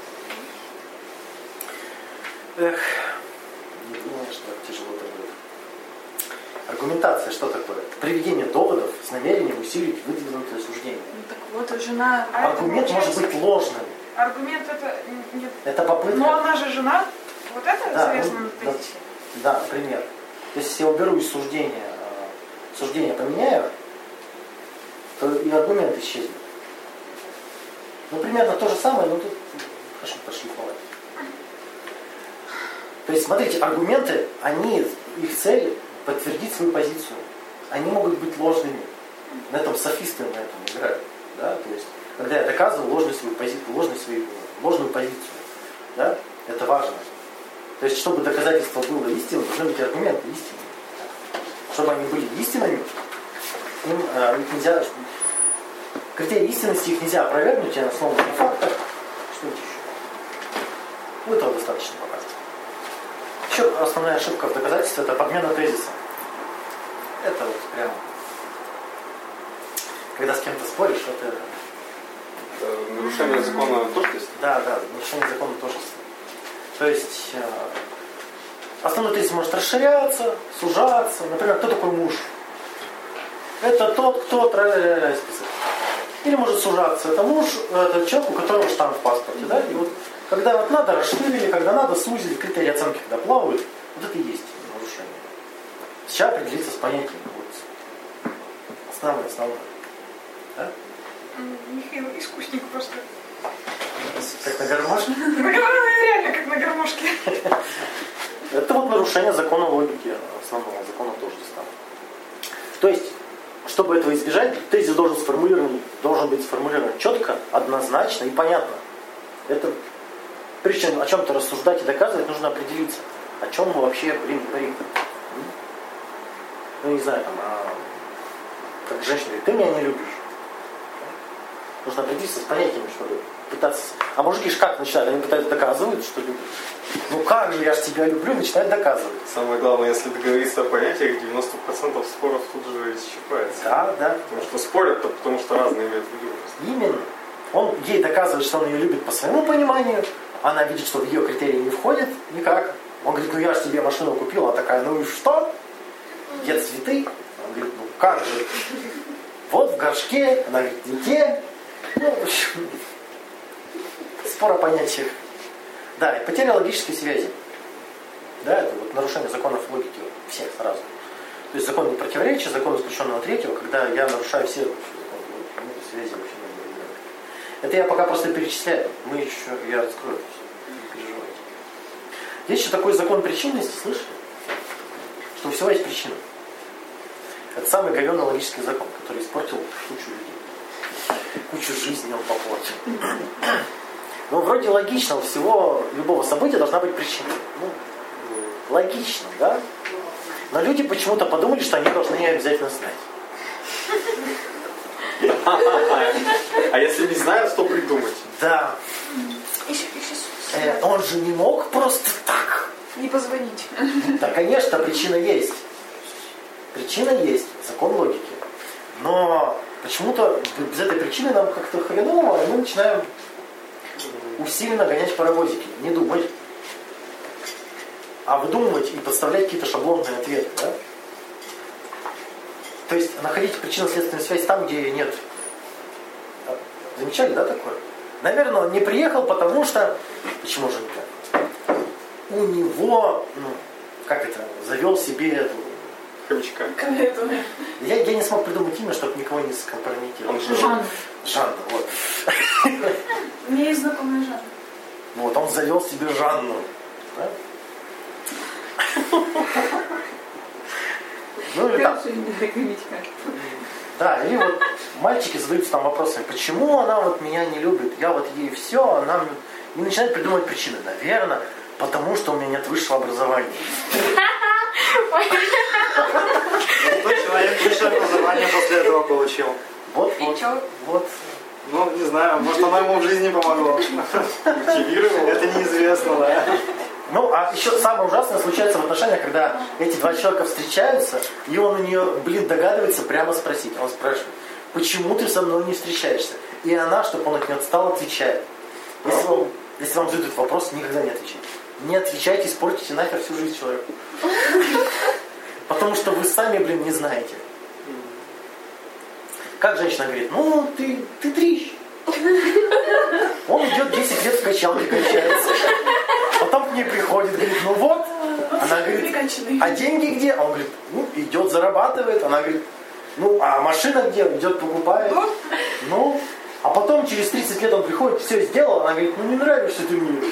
Эх, не думаю, что так тяжело-то будет. Аргументация что такое? Приведение доводов с намерением усилить выдвинутое суждение. Ну так вот, жена... А Аргумент это может быть ложным. Аргумент это... Нет. Это попытка... Но она же жена. Вот это Да, известно ну, на тезисе. Да, например. То есть, если я уберу из суждения, суждение поменяю, то и аргумент исчезнет. Ну, примерно то же самое, но тут хорошо прошлифовать. То есть, смотрите, аргументы, они, их цель подтвердить свою позицию. Они могут быть ложными. На этом софисты на этом играют. Да? То есть, когда я доказываю ложную свою позицию, ложную, свою, ложную позицию. Да? Это важно. То есть, чтобы доказательство было истинным, должны быть аргументы истинными. Чтобы они были истинными, им, э, их нельзя... Критерии истинности их нельзя опровергнуть, они основаны на фактах. Что-нибудь еще. Ну, этого достаточно пока. Еще основная ошибка в доказательстве – это подмена тезиса. Это вот прям... Когда с кем-то споришь, это... Это нарушение закона тождества? Да, да, нарушение закона тождества. То есть... Э, основной тезис может расширяться, сужаться. Например, кто такой муж? Это тот, кто... Список. Или может сужаться. Это муж, это человек, у которого штамп в паспорте. Да? И вот когда вот надо, расширили, когда надо, сузили, критерии оценки, когда плавают, вот это и есть нарушение. Сейчас определиться с понятием находится. Основное, основное. Да? Михаил искусник просто. Как на гармошке? Реально как на гармошке. Это вот нарушение закона логики, основного закона тождества. То есть, чтобы этого избежать, тезис должен сформулирован, должен быть сформулирован четко, однозначно и понятно. Это, прежде чем о чем-то рассуждать и доказывать, нужно определиться, о чем мы вообще, блин, говорим. Ну, не знаю, там, а, как женщина говорит, ты меня не любишь. Нужно определиться с понятиями, чтобы пытаться... А мужики ж как начинают? Они пытаются доказывать, что любят. Ну как же, я ж тебя люблю, начинают доказывать. Самое главное, если договориться о понятиях, девяносто процентов споров тут же исчерпается. Да, да. Потому что спорят, то потому что разные имеют в виду. Именно. Он ей доказывает, что он ее любит по своему пониманию. Она видит, что в ее критерии не входит никак. Он говорит, ну я же тебе машину купил. А такая, ну и что? Где цветы? Он говорит, ну как же? Вот в горшке. Она говорит, не те. Ну, в общем, спор о понятиях. Да, и потеря логической связи. Да, это вот нарушение законов логики всех сразу. То есть закон не противоречия, закон исключенного третьего, когда я нарушаю все законы связи вообще не было. Это я пока просто перечисляю. Мы еще, я раскрою это все. Не переживайте. Есть еще такой закон причинности, слышали? Что у всего есть причина. Это самый говёный логический закон, который испортил кучу людей. Кучу жизни он попортил. Ну, вроде логично, у всего, любого события должна быть причина. Ну, логично, да? Но люди почему-то подумали, что они должны ее обязательно знать. А если не знают, что придумать? Да. Еще, еще Э, он же не мог просто так. не позвонить. Да, конечно, причина есть. Причина есть, закон логики. Но почему-то без этой причины нам как-то хреново, и мы начинаем усиленно гонять паровозики. Не думать, а выдумывать и подставлять какие-то шаблонные ответы. Да? То есть находить причинно-следственную связь там, где ее нет. Замечали, да, такое? Наверное, он не приехал, потому что... Почему же никак? У него, ну, как это, завел себе эту... Хомячка. Я, я не смог придумать имя, чтобы никого не скомпрометировать. Жанна. Жанна, вот. У меня есть знакомая Жанна. Вот, он завел себе Жанну. Да? Ну или там. Да, или вот мальчики задаются там вопросами, почему она вот меня не любит, я вот ей все, она мне... И начинает придумывать причины. Наверное, потому что у меня нет высшего образования. Что человек высшее образование после этого получил? Вот, И вот, чё? вот. Ну, не знаю, может оно ему в жизни помогло. Мотивировал. Это неизвестно, да. Ну, а еще самое ужасное случается в отношениях, когда эти два человека встречаются, и он у нее, блин, догадывается прямо спросить. Он спрашивает, почему ты со мной не встречаешься? И она, чтобы он от нее отстал, отвечает. Если вам, если вам задают вопрос, никогда не отвечайте. Не отвечайте, испортите нахер всю жизнь человеку. Потому что вы сами, блин, не знаете. Как женщина говорит, ну, ты, ты дрищ. Он идет десять лет в качалке, качается. Потом к ней приходит, говорит, ну вот. Она говорит, а деньги где? А он говорит, ну, идет, зарабатывает. Она говорит, ну, а машина где? Идет, покупает. Ну, а потом через тридцать лет он приходит, все сделал. Она говорит, ну, не нравишься ты мне.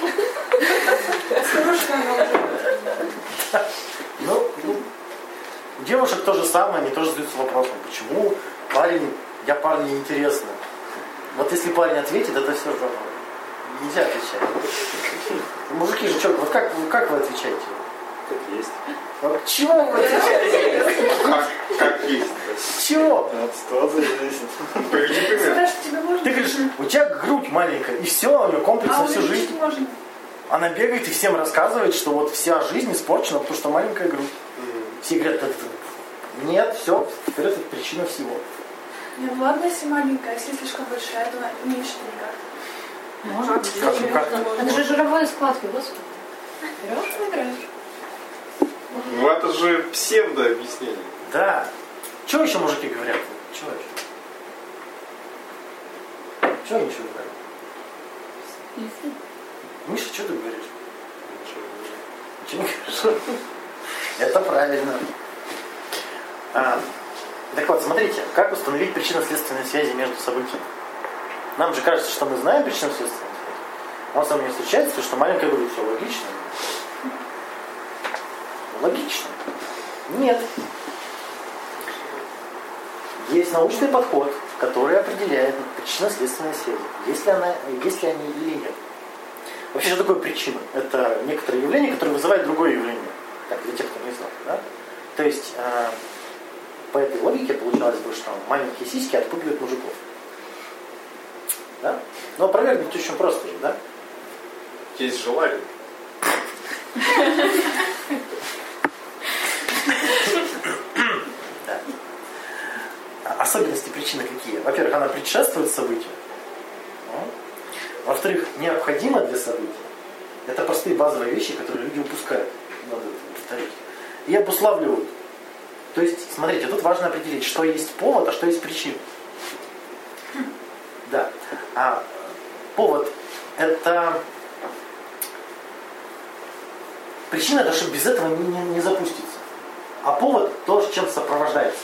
Ну, ну, у девушек то же самое, они тоже задаются вопросом, почему парень, я парню неинтересно. Вот если парень ответит, это все же нельзя отвечать. Мужики же, что, вот как, как вы отвечаете? Как есть. Вот чего вы отвечаете? Как, как есть. Чего? От ситуации зависит. Приведи пример. Саша, тебе можно? Ты говоришь, у тебя грудь маленькая, и все, у нее комплекс А на всю увеличить жизнь. можно? Она бегает и всем рассказывает, что вот вся жизнь испорчена, потому что маленькая грудь. Все говорят, нет, все, теперь это причина всего. Нет, ну ладно, если маленькая, если слишком большая, то уменьшить никак. Можно. Как, как? Это же жировые складки, господи. Берешь и играешь. Ну это же псевдообъяснение. Да. Чего еще мужики говорят? Чего еще? Чего они еще говорят? Миша, что ты говоришь? Ничего не говоришь. Это правильно. А, так вот, смотрите, как установить причинно-следственные связи между событиями. Нам же кажется, что мы знаем причинно-следственные связи. А на самом деле встречается, что маленькая грудь, все логично. Логично. Нет. Есть научный подход, который определяет причинно-следственные связи. Есть ли, она, есть ли они или нет. Вообще, что такое причина? Это некоторое явление, которое вызывает другое явление. Так, для тех, кто не знал. Да? То есть, э, по этой логике получалось бы, что маленькие сиськи отпугивают мужиков. Да? Но опровергнуть очень просто же, да? Есть желание. Да. Особенности причины какие? Во-первых, она предшествует событию. Во-вторых, необходима для события. Это простые базовые вещи, которые люди упускают. Надо повторить. И обуславливают. То есть, смотрите, тут важно определить, что есть повод, а что есть причина. Да. А повод это... Причина это, чтобы без этого не, не, не запуститься. А повод то, с чем сопровождается.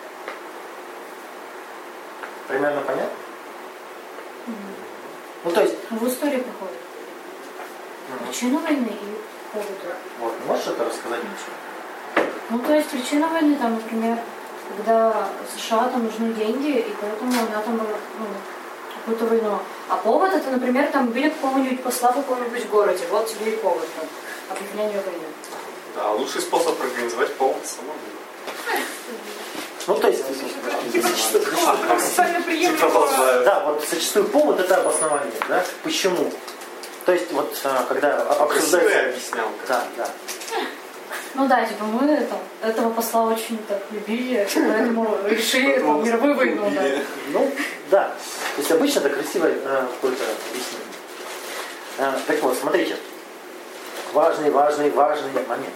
Примерно понятно? Mm-hmm. Ну, то есть... В истории проходит. Mm-hmm. Причина войны и повод. Вот, можешь это рассказать? Ничего. Ну, то есть причина войны, там, например, когда США там нужны деньги, и поэтому она там, ну, какую-то войну. А повод это, например, там убили какого-нибудь посла в каком-нибудь городе. Вот тебе и повод, там, объявление войны. Да, лучший способ организовать повод самому. Ну, то есть... Социально приемлемо. Да, вот зачастую повод это обоснование, да? Почему? То есть, вот, когда обсуждается... объяснял. Да, да. Ну да, типа мы это, этого посла очень так любили, поэтому решили там, мировую войну. Да. Ну, да. То есть обычно это красивое э, какое-то объяснение. Э, так вот, смотрите. Важный, важный, важный момент.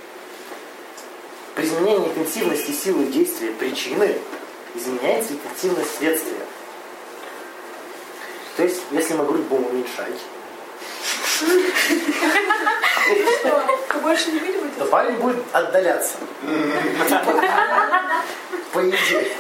При изменении интенсивности силы действия причины изменяется интенсивность следствия. То есть, если мы грудь будем уменьшать, Вы больше не видите? то парень будет отдаляться. По идее.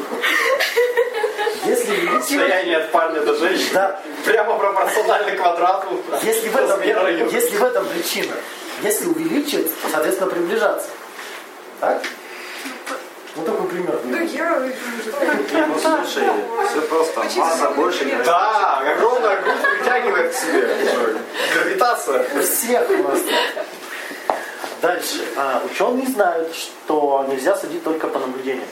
Если увеличивать... Расстояние от парня до женщины Да. прямо пропорционально квадрату. Если в, этом, если в этом причина. Если увеличивать, то, соответственно, приближаться. Так? Ну, такой пример. Да я... Ну, слушай, все просто. Масса больше не Да, огромная грудь притягивает к себе. Гравитация. У всех у нас. Дальше. А, ученые знают, что нельзя судить только по наблюдениям.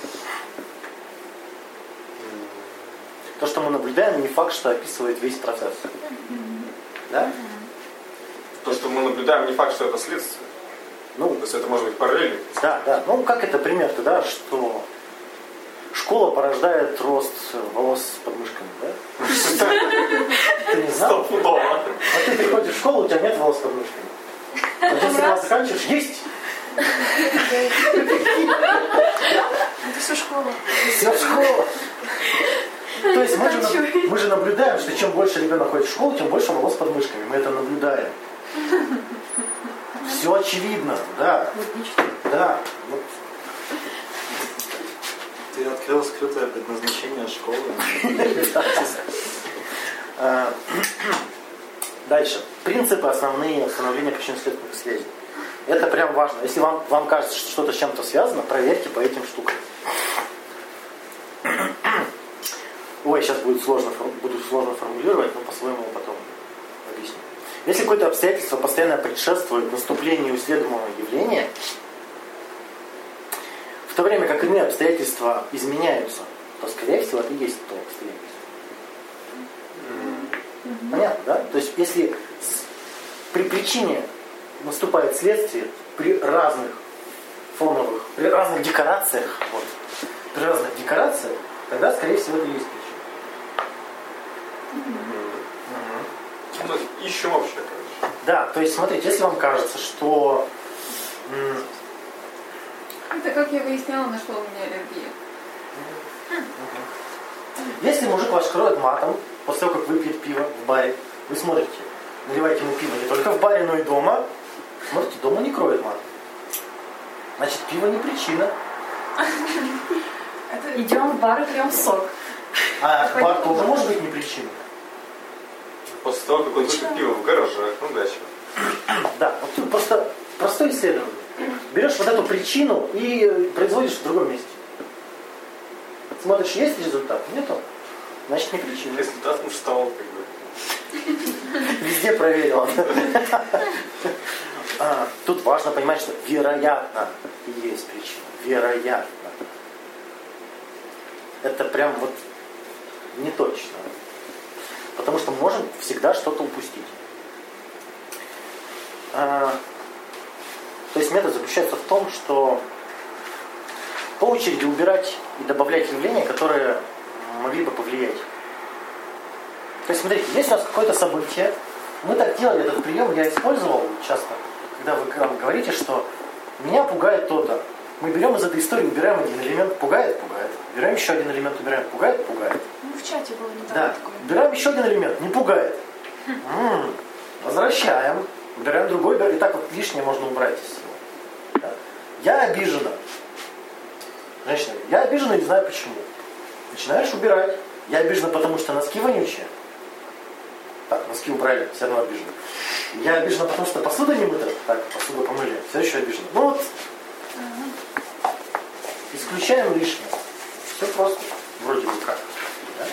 То, что мы наблюдаем, не факт, что описывает весь процесс. Да? То, что мы наблюдаем, не факт, что это следствие. Ну, То есть это может быть параллельно. да, да. Ну, как это пример-то, да, что школа порождает рост волос под мышками, да? Ты не знал? Стопудово. А ты приходишь в школу, у тебя нет волос под мышками. А ты сразу заканчиваешь, есть! Это все школа. Все школа. То есть мы же, мы же наблюдаем, что чем больше ребенок ходит в школу, тем больше волос под мышками. Мы это наблюдаем. Все очевидно, да. Да. Вот. Ты открыл скрытое предназначение школы. Дальше. Принципы основные установления причинно-следственных связей. Это прям важно. Если вам, вам кажется, что что-то с чем-то связано, проверьте по этим штукам. Ой, сейчас будет сложно, буду сложно формулировать, но по-своему потом объясню. Если какое-то обстоятельство постоянно предшествует наступлению исследуемого явления, в то время как иные обстоятельства изменяются, то, скорее всего, это и есть то обстоятельство. Mm-hmm. Понятно, да? То есть, если при причине наступает следствие, при разных фоновых, при разных декорациях, вот, при разных декорациях, тогда, скорее всего, это и есть причина. Mm-hmm. Mm-hmm. Ну, ищем общее, короче. Да, то есть, смотрите, если вам кажется, что... М- Это как я выясняла, на что у меня аллергия. Если мужик вас кроет матом, после того, как выпьет пиво в баре, вы смотрите, наливаете ему пиво не только в баре, но и дома. Смотрите, дома не кроет матом. Значит, пиво не причина. Идем в бар и пьем сок. А бар тоже может быть не причиной. После того, как он выпьет пиво в гаражах, ну дальше. Да, вот тут просто простое исследование. Берешь вот эту причину и производишь в другом месте. Смотришь, есть результат? Нету? Значит, не причина. Результат муж стал, как бы. Везде проверил. А, тут важно понимать, что вероятно и есть причина. Вероятно. Это прям вот не точно. потому что мы можем всегда что-то упустить. А, то есть метод заключается в том, что по очереди убирать и добавлять явления, которые могли бы повлиять. То есть, смотрите, есть у нас какое-то событие, мы так делали этот прием, я использовал часто, когда вы говорите, что меня пугает то-то. Мы берем из этой истории, убираем один элемент, пугает, пугает. Убираем еще один элемент, убираем, пугает, пугает. Ну, в чате было недавно Да, такое. убираем еще один элемент, не пугает. М-м, возвращаем, убираем другой, и так вот лишнее можно убрать из всего. Да? Я обижена. Женщина, я обижена и не знаю почему. Начинаешь убирать. Я обижена, потому что носки вонючие. Так, носки убрали, все равно обижена. Я обижена, потому что посуда не мыта. Так, посуду помыли, все еще обижена. Ну вот, исключаем лишнее. Все просто, вроде бы как. Да?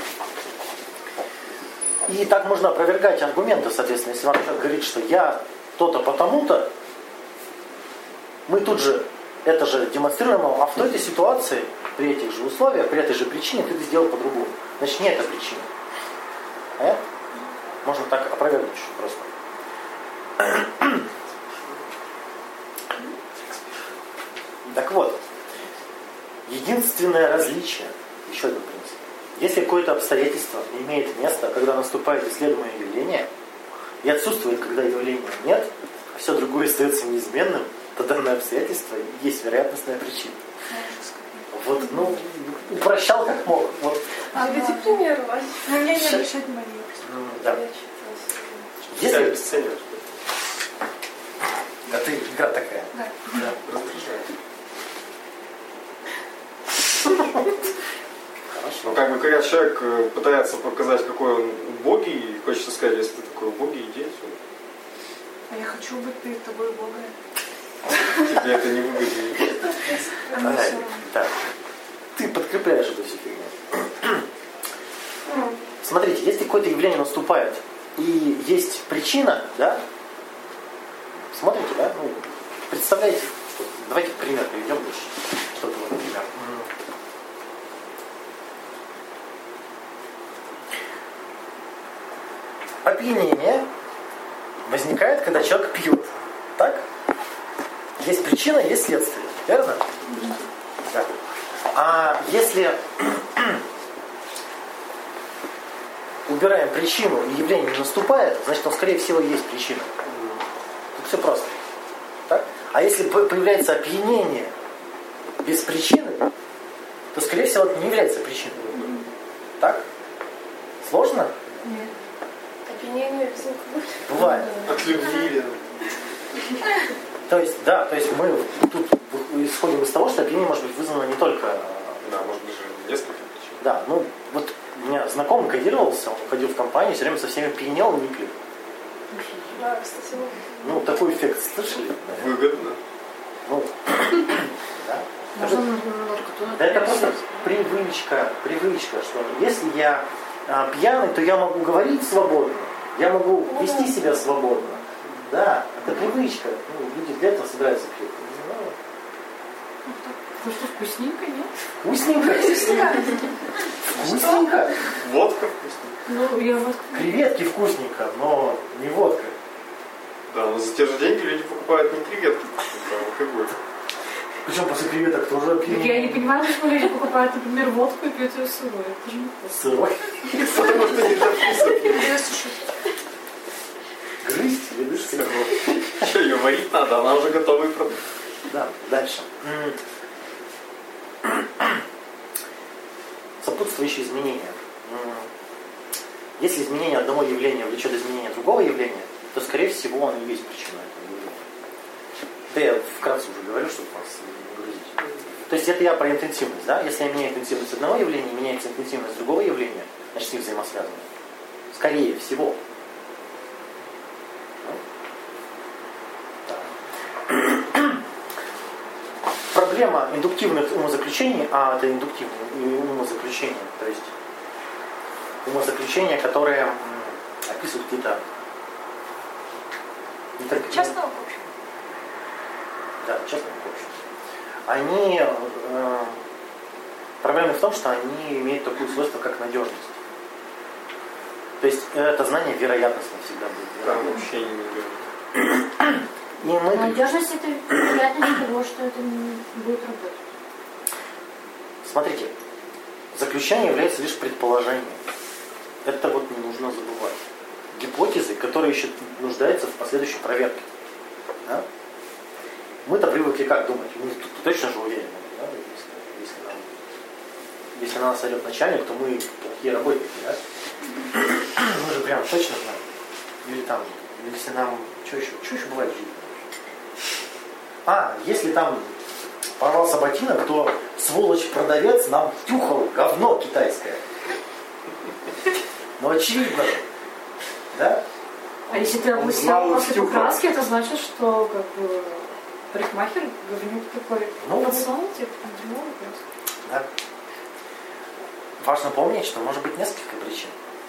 И так можно опровергать аргументы, соответственно, если вам человек говорит, что я то-то потому-то, мы тут же это же демонстрируем, а в той-то ситуации, при этих же условиях, при этой же причине, ты это сделал по-другому. Значит, не это причина. А? Можно так опровергнуть просто. Так вот, единственное различие, еще один принцип. Если какое-то обстоятельство имеет место, когда наступает исследуемое явление, и отсутствует, когда явления нет, а все другое остается неизменным, то данное обстоятельство есть вероятностная причина. Вот, ну, упрощал как мог. Вот. А где пример, Вася? Ну, мне не обращать внимания. Ну, да. Если... Если... Бесцениваешь. А ты игра такая. Да. Да. Раздражает. Ну, как бы, когда человек э, пытается показать, какой он убогий, и хочется сказать, если ты такой убогий, иди отсюда. А я хочу быть перед тобой Богом. Тебе это не выгодно. А мне Ай, все равно. так. Ты подкрепляешь эту всю фигню. Смотрите, если какое-то явление наступает, и есть причина, да? Смотрите, да? Ну, представляете, давайте пример приведем лучше, чтобы было пример. Опьянение возникает, когда человек пьет. Так? Есть причина, есть следствие. Верно? Да. А если убираем причину и явление не наступает, значит, он, скорее всего, есть причина. Тут все просто. Так? А если появляется опьянение без причины, то, скорее всего, это не является причиной. Так? Сложно? Нет. Опьянение без алкоголя. Бывает. От любви. То есть, да, то есть мы тут исходим из того, что опьянение может быть вызвано не только... Да, может быть, несколько причин. Да, ну, вот у меня знакомый кодировался, он ходил в компанию, все время со всеми пьянел, он не пил. Да, кстати, Ну, такой эффект слышали? Выгодно. Ну, да. можно немножко туда. Да это просто привычка, привычка, что если я а, пьяный, то я могу говорить свободно, я могу вести себя свободно. Да, это привычка. Ну, люди для этого собираются пить. Ну что, вкусненько, нет? Вкусненько. Вкусненько. Водка вкусная. Ну, я вот... Креветки вкусненько, но не водка. Да, но за те же деньги люди покупают не креветки, а алкоголь. Причем после креветок тоже пьют. Я не понимаю, почему люди покупают, например, водку и пьют ее сырой. Это же не вкусно. Сырой. Потому что не записывают. Я слушаю. Грызть или дышать. Что, ее варить надо, она уже готовый продукт. Да, дальше. Сопутствующие изменения. Если изменение одного явления влечет изменение другого явления, то, скорее всего, оно и есть причина этого явления. Это я вкратце уже говорю, чтобы вас не грузить. То есть это я про интенсивность, да? Если я меняю интенсивность одного явления, меняется интенсивность другого явления, значит, с ним взаимосвязано. Скорее всего. Проблема индуктивных умозаключений, а это индуктивные умозаключения, то есть умозаключения, которые м, описывают какие-то Частного в общем. Да, частного в общем. Они э, проблема в том, что они имеют такое свойство, как надежность. То есть это знание вероятностно всегда будет. Там вообще не надежно. И мы... Надежность это вероятность того, что это не будет работать. Смотрите, заключение является лишь предположением. Это вот не нужно забывать. Гипотезы, которые еще нуждаются в последующей проверке. Да? Мы-то привыкли как думать? Мы тут точно же уверены, да? если, если, нам, если на нас орет начальник, то мы плохие работники, да? Мы же прям точно знаем. Или там, если нам... Что еще? Что еще бывает в жизни? А, если там порвался ботинок, то сволочь-продавец нам втюхал говно китайское. Ну очевидно же. Да? А если ты облысел после покраски, это значит, что как бы парикмахер говнюк такой. Ну, подсолнце, да. Важно помнить, что может быть несколько причин.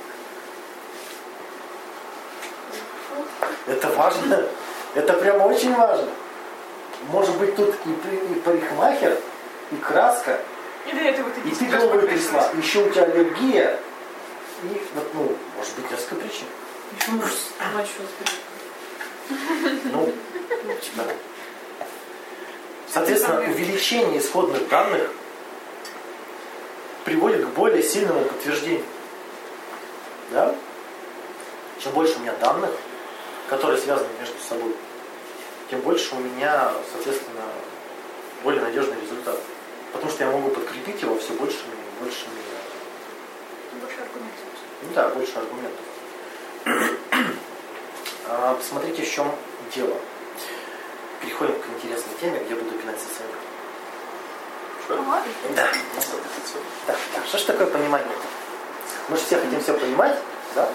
Это важно. Это прямо очень важно. Может быть тут и, и парикмахер, и краска, и, до этого ты и ты головой трясла, еще у тебя аллергия, и вот, ну, может быть несколько причин. Еще можешь знать, что сказать. Ну, да. Соответственно, увеличение исходных данных приводит к более сильному подтверждению. Да? Чем больше у меня данных, которые связаны между собой, тем больше у меня, соответственно, более надежный результат. Потому что я могу подкрепить его все большими и большими. Больше аргументов. Ну да, больше аргументов. А, посмотрите, в чем дело. Переходим к интересной теме, где буду пинать социально. Ага. Да. Да, да. Что ж такое понимание? Мы же все хотим все понимать, да?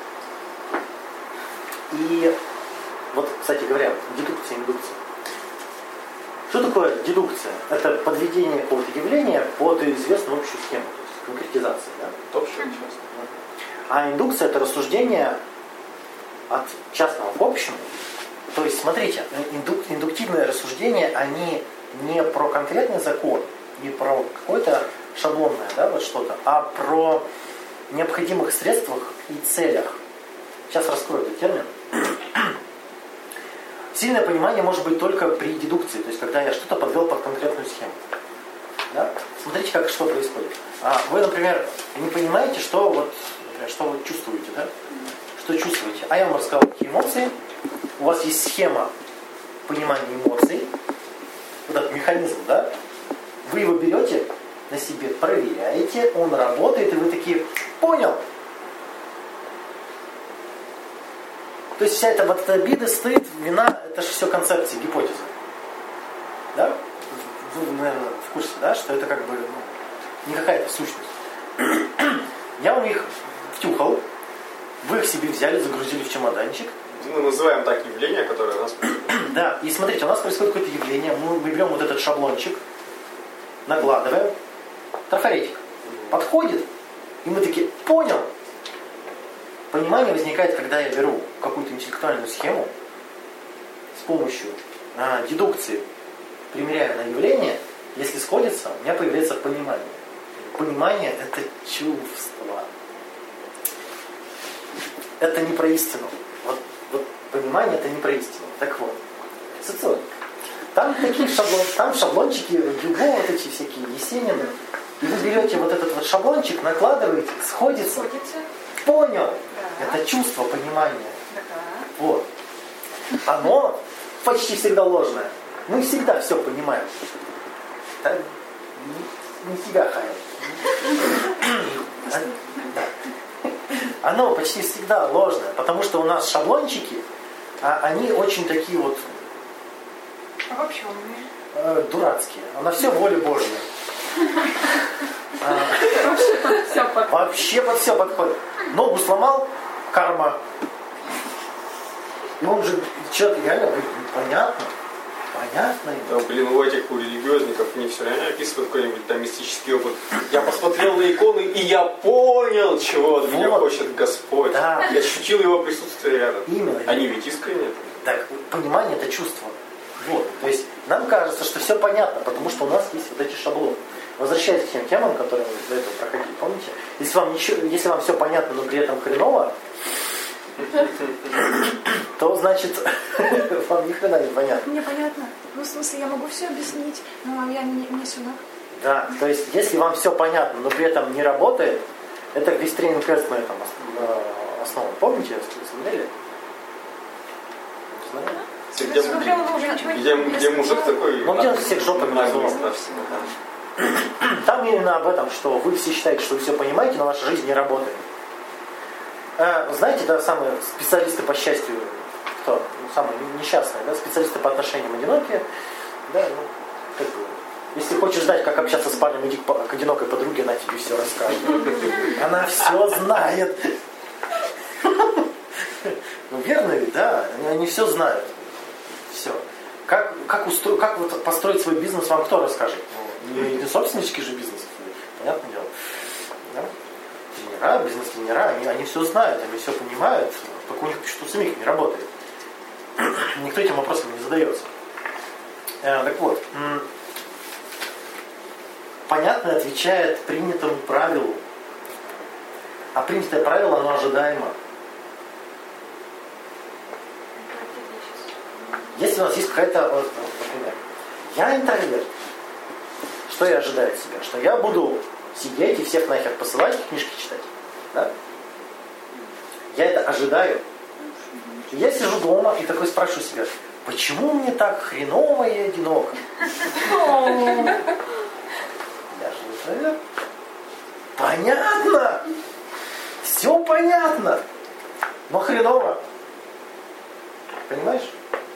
И вот, кстати говоря, дедукция, индукция. Что такое дедукция? Это подведение какого-то явления под известную общую схему, то есть конкретизация. Да? Общая часть. А индукция – это рассуждение от частного к общему. То есть, смотрите, индук, индуктивные рассуждения, они не про конкретный закон, не про какое-то шаблонное, да, вот что-то, а про необходимых средствах и целях. Сейчас раскрою этот термин. Сильное понимание может быть только при дедукции, то есть когда я что-то подвел под конкретную схему. Да? Смотрите, как что происходит. А вы, например, не понимаете, что, вот, например, что вы чувствуете, да? Что чувствуете? А я вам рассказал, какие эмоции. У вас есть схема понимания эмоций. Вот этот механизм, да? Вы его берете на себе, проверяете, он работает, и вы такие, понял. То есть вся эта вот обида, стыд, вина, это же все концепции, гипотезы. Да? Вы, наверное, в курсе, да, что это как бы ну, не какая-то сущность. Я вам их втюхал, вы их себе взяли, загрузили в чемоданчик. Мы называем так явление, которое у нас происходит. Да, и смотрите, у нас происходит какое-то явление, мы берем вот этот шаблончик, накладываем, трафаретик, подходит, и мы такие, понял. Понимание возникает, когда я беру какую-то интеллектуальную схему с помощью а, дедукции, примеряю на явление, если сходится, у меня появляется понимание. Понимание – это чувство. Это не про истину. Вот, вот понимание – это не про истину. Так вот, соционика. Там такие шаблон, там шаблончики, Гюго, вот эти всякие Есенины. И вы берете вот этот вот шаблончик, накладываете, сходится. Сходится. Понял. Да. Это чувство понимания. Да. Вот. Оно почти всегда ложное. Мы всегда все понимаем. Да? Не, не себя хаем. Оно почти всегда ложное, потому что у нас шаблончики, а они очень такие вот Обобщенные. э, дурацкие. А на все воля Божья. А, Все, под... вообще под все подходит. Ногу сломал, карма. И он же человек реально говорит, понятно, понятно. Да, блин, у этих у религиозников они все время описывают какой-нибудь там мистический опыт. Я посмотрел на иконы, и я понял, чего от меня Вот. хочет Господь. Да. Я ощутил его присутствие рядом. Именно. Они ведь искренне. Так, понимание – это чувство. Вот. То есть нам кажется, что все понятно, потому что у нас есть вот эти шаблоны. Возвращаясь к тем темам, которые мы до этого проходили, помните? Если вам, ничего, если вам все понятно, но при этом хреново, то значит вам ни хрена не понятно. Мне понятно. Ну, в смысле, я могу все объяснить, но я не, не сюда. Да, то есть если вам все понятно, но при этом не работает, это весь тренинг квест на этом основан. Помните, смотрели? Где, Смотрела, но уже ничего где, не где мужик такой? Ну, где он всех жопами назвал. Да. Там именно об этом, что вы все считаете, что вы все понимаете, но ваша жизнь не работает. А, знаете, да, самые специалисты по счастью, кто? Ну, самые несчастные, да, специалисты по отношениям одинокие, да, ну, как бы, если хочешь знать, как общаться с парнем, иди к одинокой подруге, она тебе все расскажет. Она все знает. Ну, верно ведь, да, они все знают. Все. Как, как, устро... как вот построить свой бизнес вам кто расскажет? Ну, не, не собственнички же бизнеса, понятное дело. Да? Тренера, бизнес-тренера, они, они все знают, они все понимают, только у них почему-то у самих не работает. Никто этим вопросом не задается. Э, так вот, м- понятно отвечает принятому правилу. А принятое правило, оно ожидаемо. Если у нас есть какая-то, вот, например, я интроверт, что я ожидаю от себя? Что я буду сидеть и всех нахер посылать и книжки читать. Да? Я это ожидаю. И я сижу дома и такой спрашиваю себя, почему мне так хреново и одиноко? Я же интроверт. Понятно! Все понятно! Но хреново. Понимаешь?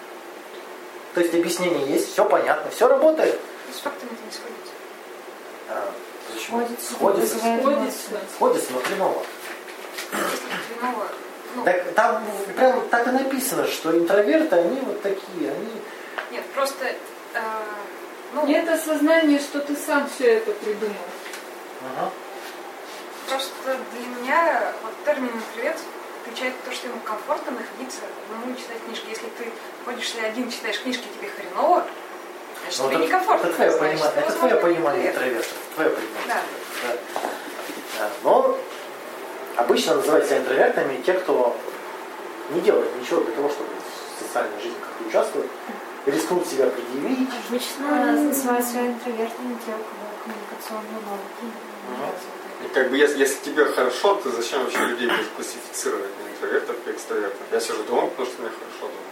То есть объяснение есть, все понятно, все работает. С фактами это не сходится. А, почему? Сходится. Сходится. Сходится. Сходится, но хреново. Если хреново, ну, Так, там прям так и написано, что интроверты, они вот такие, они... нет, просто, э, ну, Нет осознания, что ты сам все это придумал. Ага. просто для меня вот термин интроверт включает то, что ему комфортно находиться одному и читать книжки. Если ты ходишь себе один, читаешь книжки, тебе хреново, значит, Ну, тебе это, некомфортно. это твое, значит, понимание, ты, это возможно, твое понимание интроверт. интроверта. Твое понимание. Да. Да. Да. Но обычно называют себя интровертами те, кто не делает ничего для того, чтобы в социальной жизни как-то участвовать, рискнуть себя предъявить. Обычно называют себя интровертами те, у кого коммуникационные навыки. И как бы если, если тебе хорошо, ты зачем вообще людей будешь классифицировать на интровертов и экстравертов? Я сижу дома, потому что мне хорошо дома.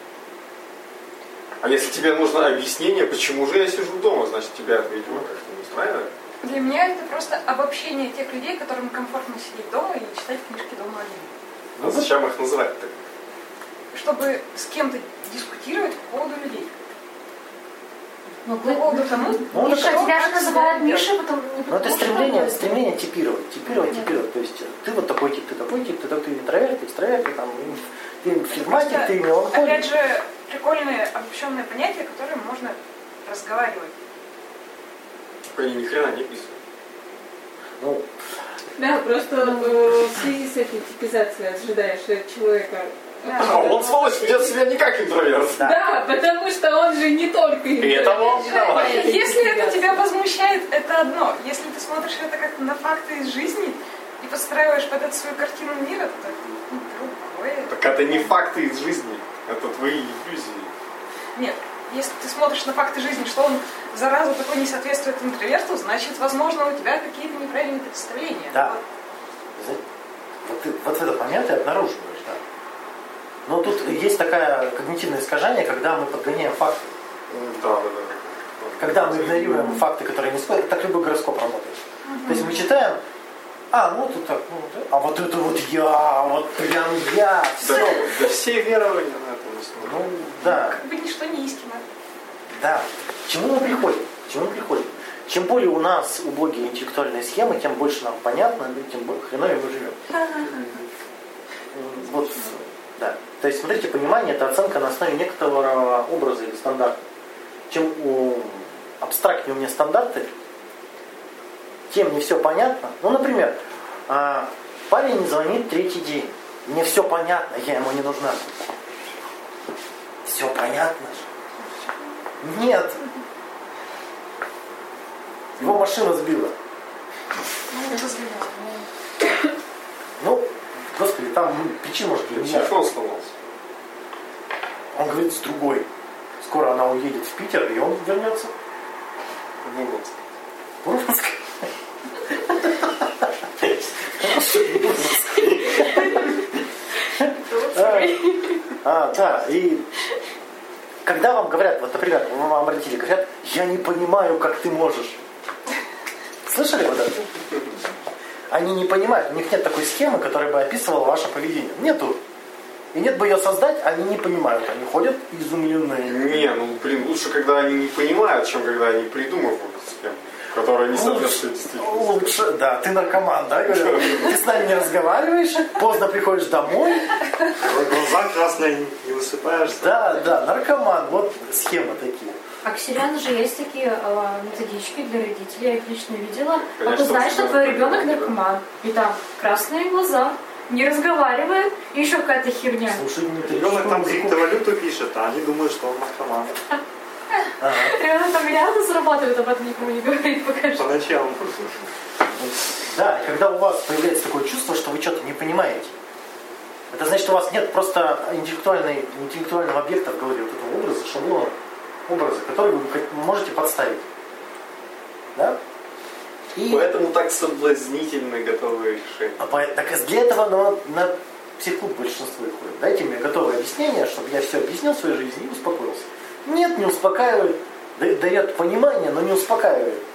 А если тебе нужно объяснение, почему же я сижу дома, значит тебя это, видимо, как-то не устраивает. Для меня это просто обобщение тех людей, которым комфортно сидеть дома и читать книжки дома один. Ну зачем их называть так? Чтобы с кем-то дискутировать по поводу людей. Ну, По поводу тому, Ну, Миша, что, тебя же как называют себя Миша, ведёт. потом не Но потому, это что стремление, он- стремление типировать, типировать, типировать. То есть ты вот такой тип, ты такой тип, ты такой интроверт, экстраверт, ты там ты флегматик, Просто, ты меланхолик. опять же, прикольное обобщенное понятие, которым можно разговаривать. Они ни хрена не писают. Ну, Да, просто э, в связи с этой типизацией ожидаешь от человека. А он, сволочь, ведет себя не как интроверт. да. Да, потому что он же не только И это он виноват. Если это тебя возмущает, это одно. Если ты смотришь это как на факты из жизни и подстраиваешь под это свою картину мира, то это ну, другое. Так это не факты из жизни, это твои иллюзии. Нет, если ты смотришь на факты жизни, что он, зараза, такой не соответствует интроверту, значит, возможно, у тебя какие-то неправильные представления. Да. Вот. Вот, ты, вот в этот момент ты обнаруживаешь, да. Но тут есть такое когнитивное искажение, когда мы подгоняем факты. Да, да, да. Когда мы игнорируем факты, которые не сходят, так любой гороскоп работает. То есть мы читаем, а, ну тут так, ну, да, а вот это вот я, вот прям я, все. Да, да все верования на этом основаны. Ну, да, Как бы ничто не истина. да. К чему мы приходим? К чему мы приходим? Чем более у нас убогие интеллектуальные схемы, тем больше нам понятно, тем хреновее мы живем. Вот, да. То есть, смотрите, понимание – это оценка на основе некоторого образа или стандарта. Чем у, абстрактнее у меня стандарты, тем не все понятно. Ну, например, а, парень не звонит третий день. Мне все понятно, я ему не нужна. Все понятно же. Нет. Его машина сбила. Ну, разглядел. Ну, господи, там ну, причин может быть миллиард. Телефон сломался. Он говорит, с другой. Скоро она уедет в Питер, и он вернется. В Мурманск. В Мурманск. А, да, и когда вам говорят, вот, например, вы вам обратили, говорят, я не понимаю, как ты можешь. Слышали вот это? Они не понимают, у них нет такой схемы, которая бы описывала ваше поведение. Нету. И нет бы ее создать, они не понимают. Они ходят изумленные. Не, ну, блин, лучше, когда они не понимают, чем когда они придумывают схему, которая не соответствует действительности. Лучше, да, ты наркоман, да, говорю? Ты с нами не разговариваешь, поздно приходишь домой. Глаза красные, не высыпаешься. Да, да, наркоман, вот схемы такие. А к Ксилиану же есть такие э, методички для родителей, я их лично видела. Конечно, а ты знаешь, что твой абсолютно. ребенок наркоман. И там красные глаза, не разговаривает, и еще какая-то херня. Слушай, не ты Ребенок там криптовалюту пишет, а они думают, что он наркоман. Ребенок там миллиарды зарабатывает, об этом никому не говорит пока По что. ночам. Да, когда у вас появляется такое чувство, что вы что-то не понимаете, это значит, у вас нет просто интеллектуальной, интеллектуального объекта в голове, вот этого образа, шаблона, образа, который вы можете подставить. Да? И, Поэтому так соблазнительны готовые решения. а по- так для этого на, на психклуб большинство и ходит. Дайте мне готовое объяснение, чтобы я все объяснил в своей жизни и успокоился. Нет, не успокаивает. Да- Дает понимание, но не успокаивает.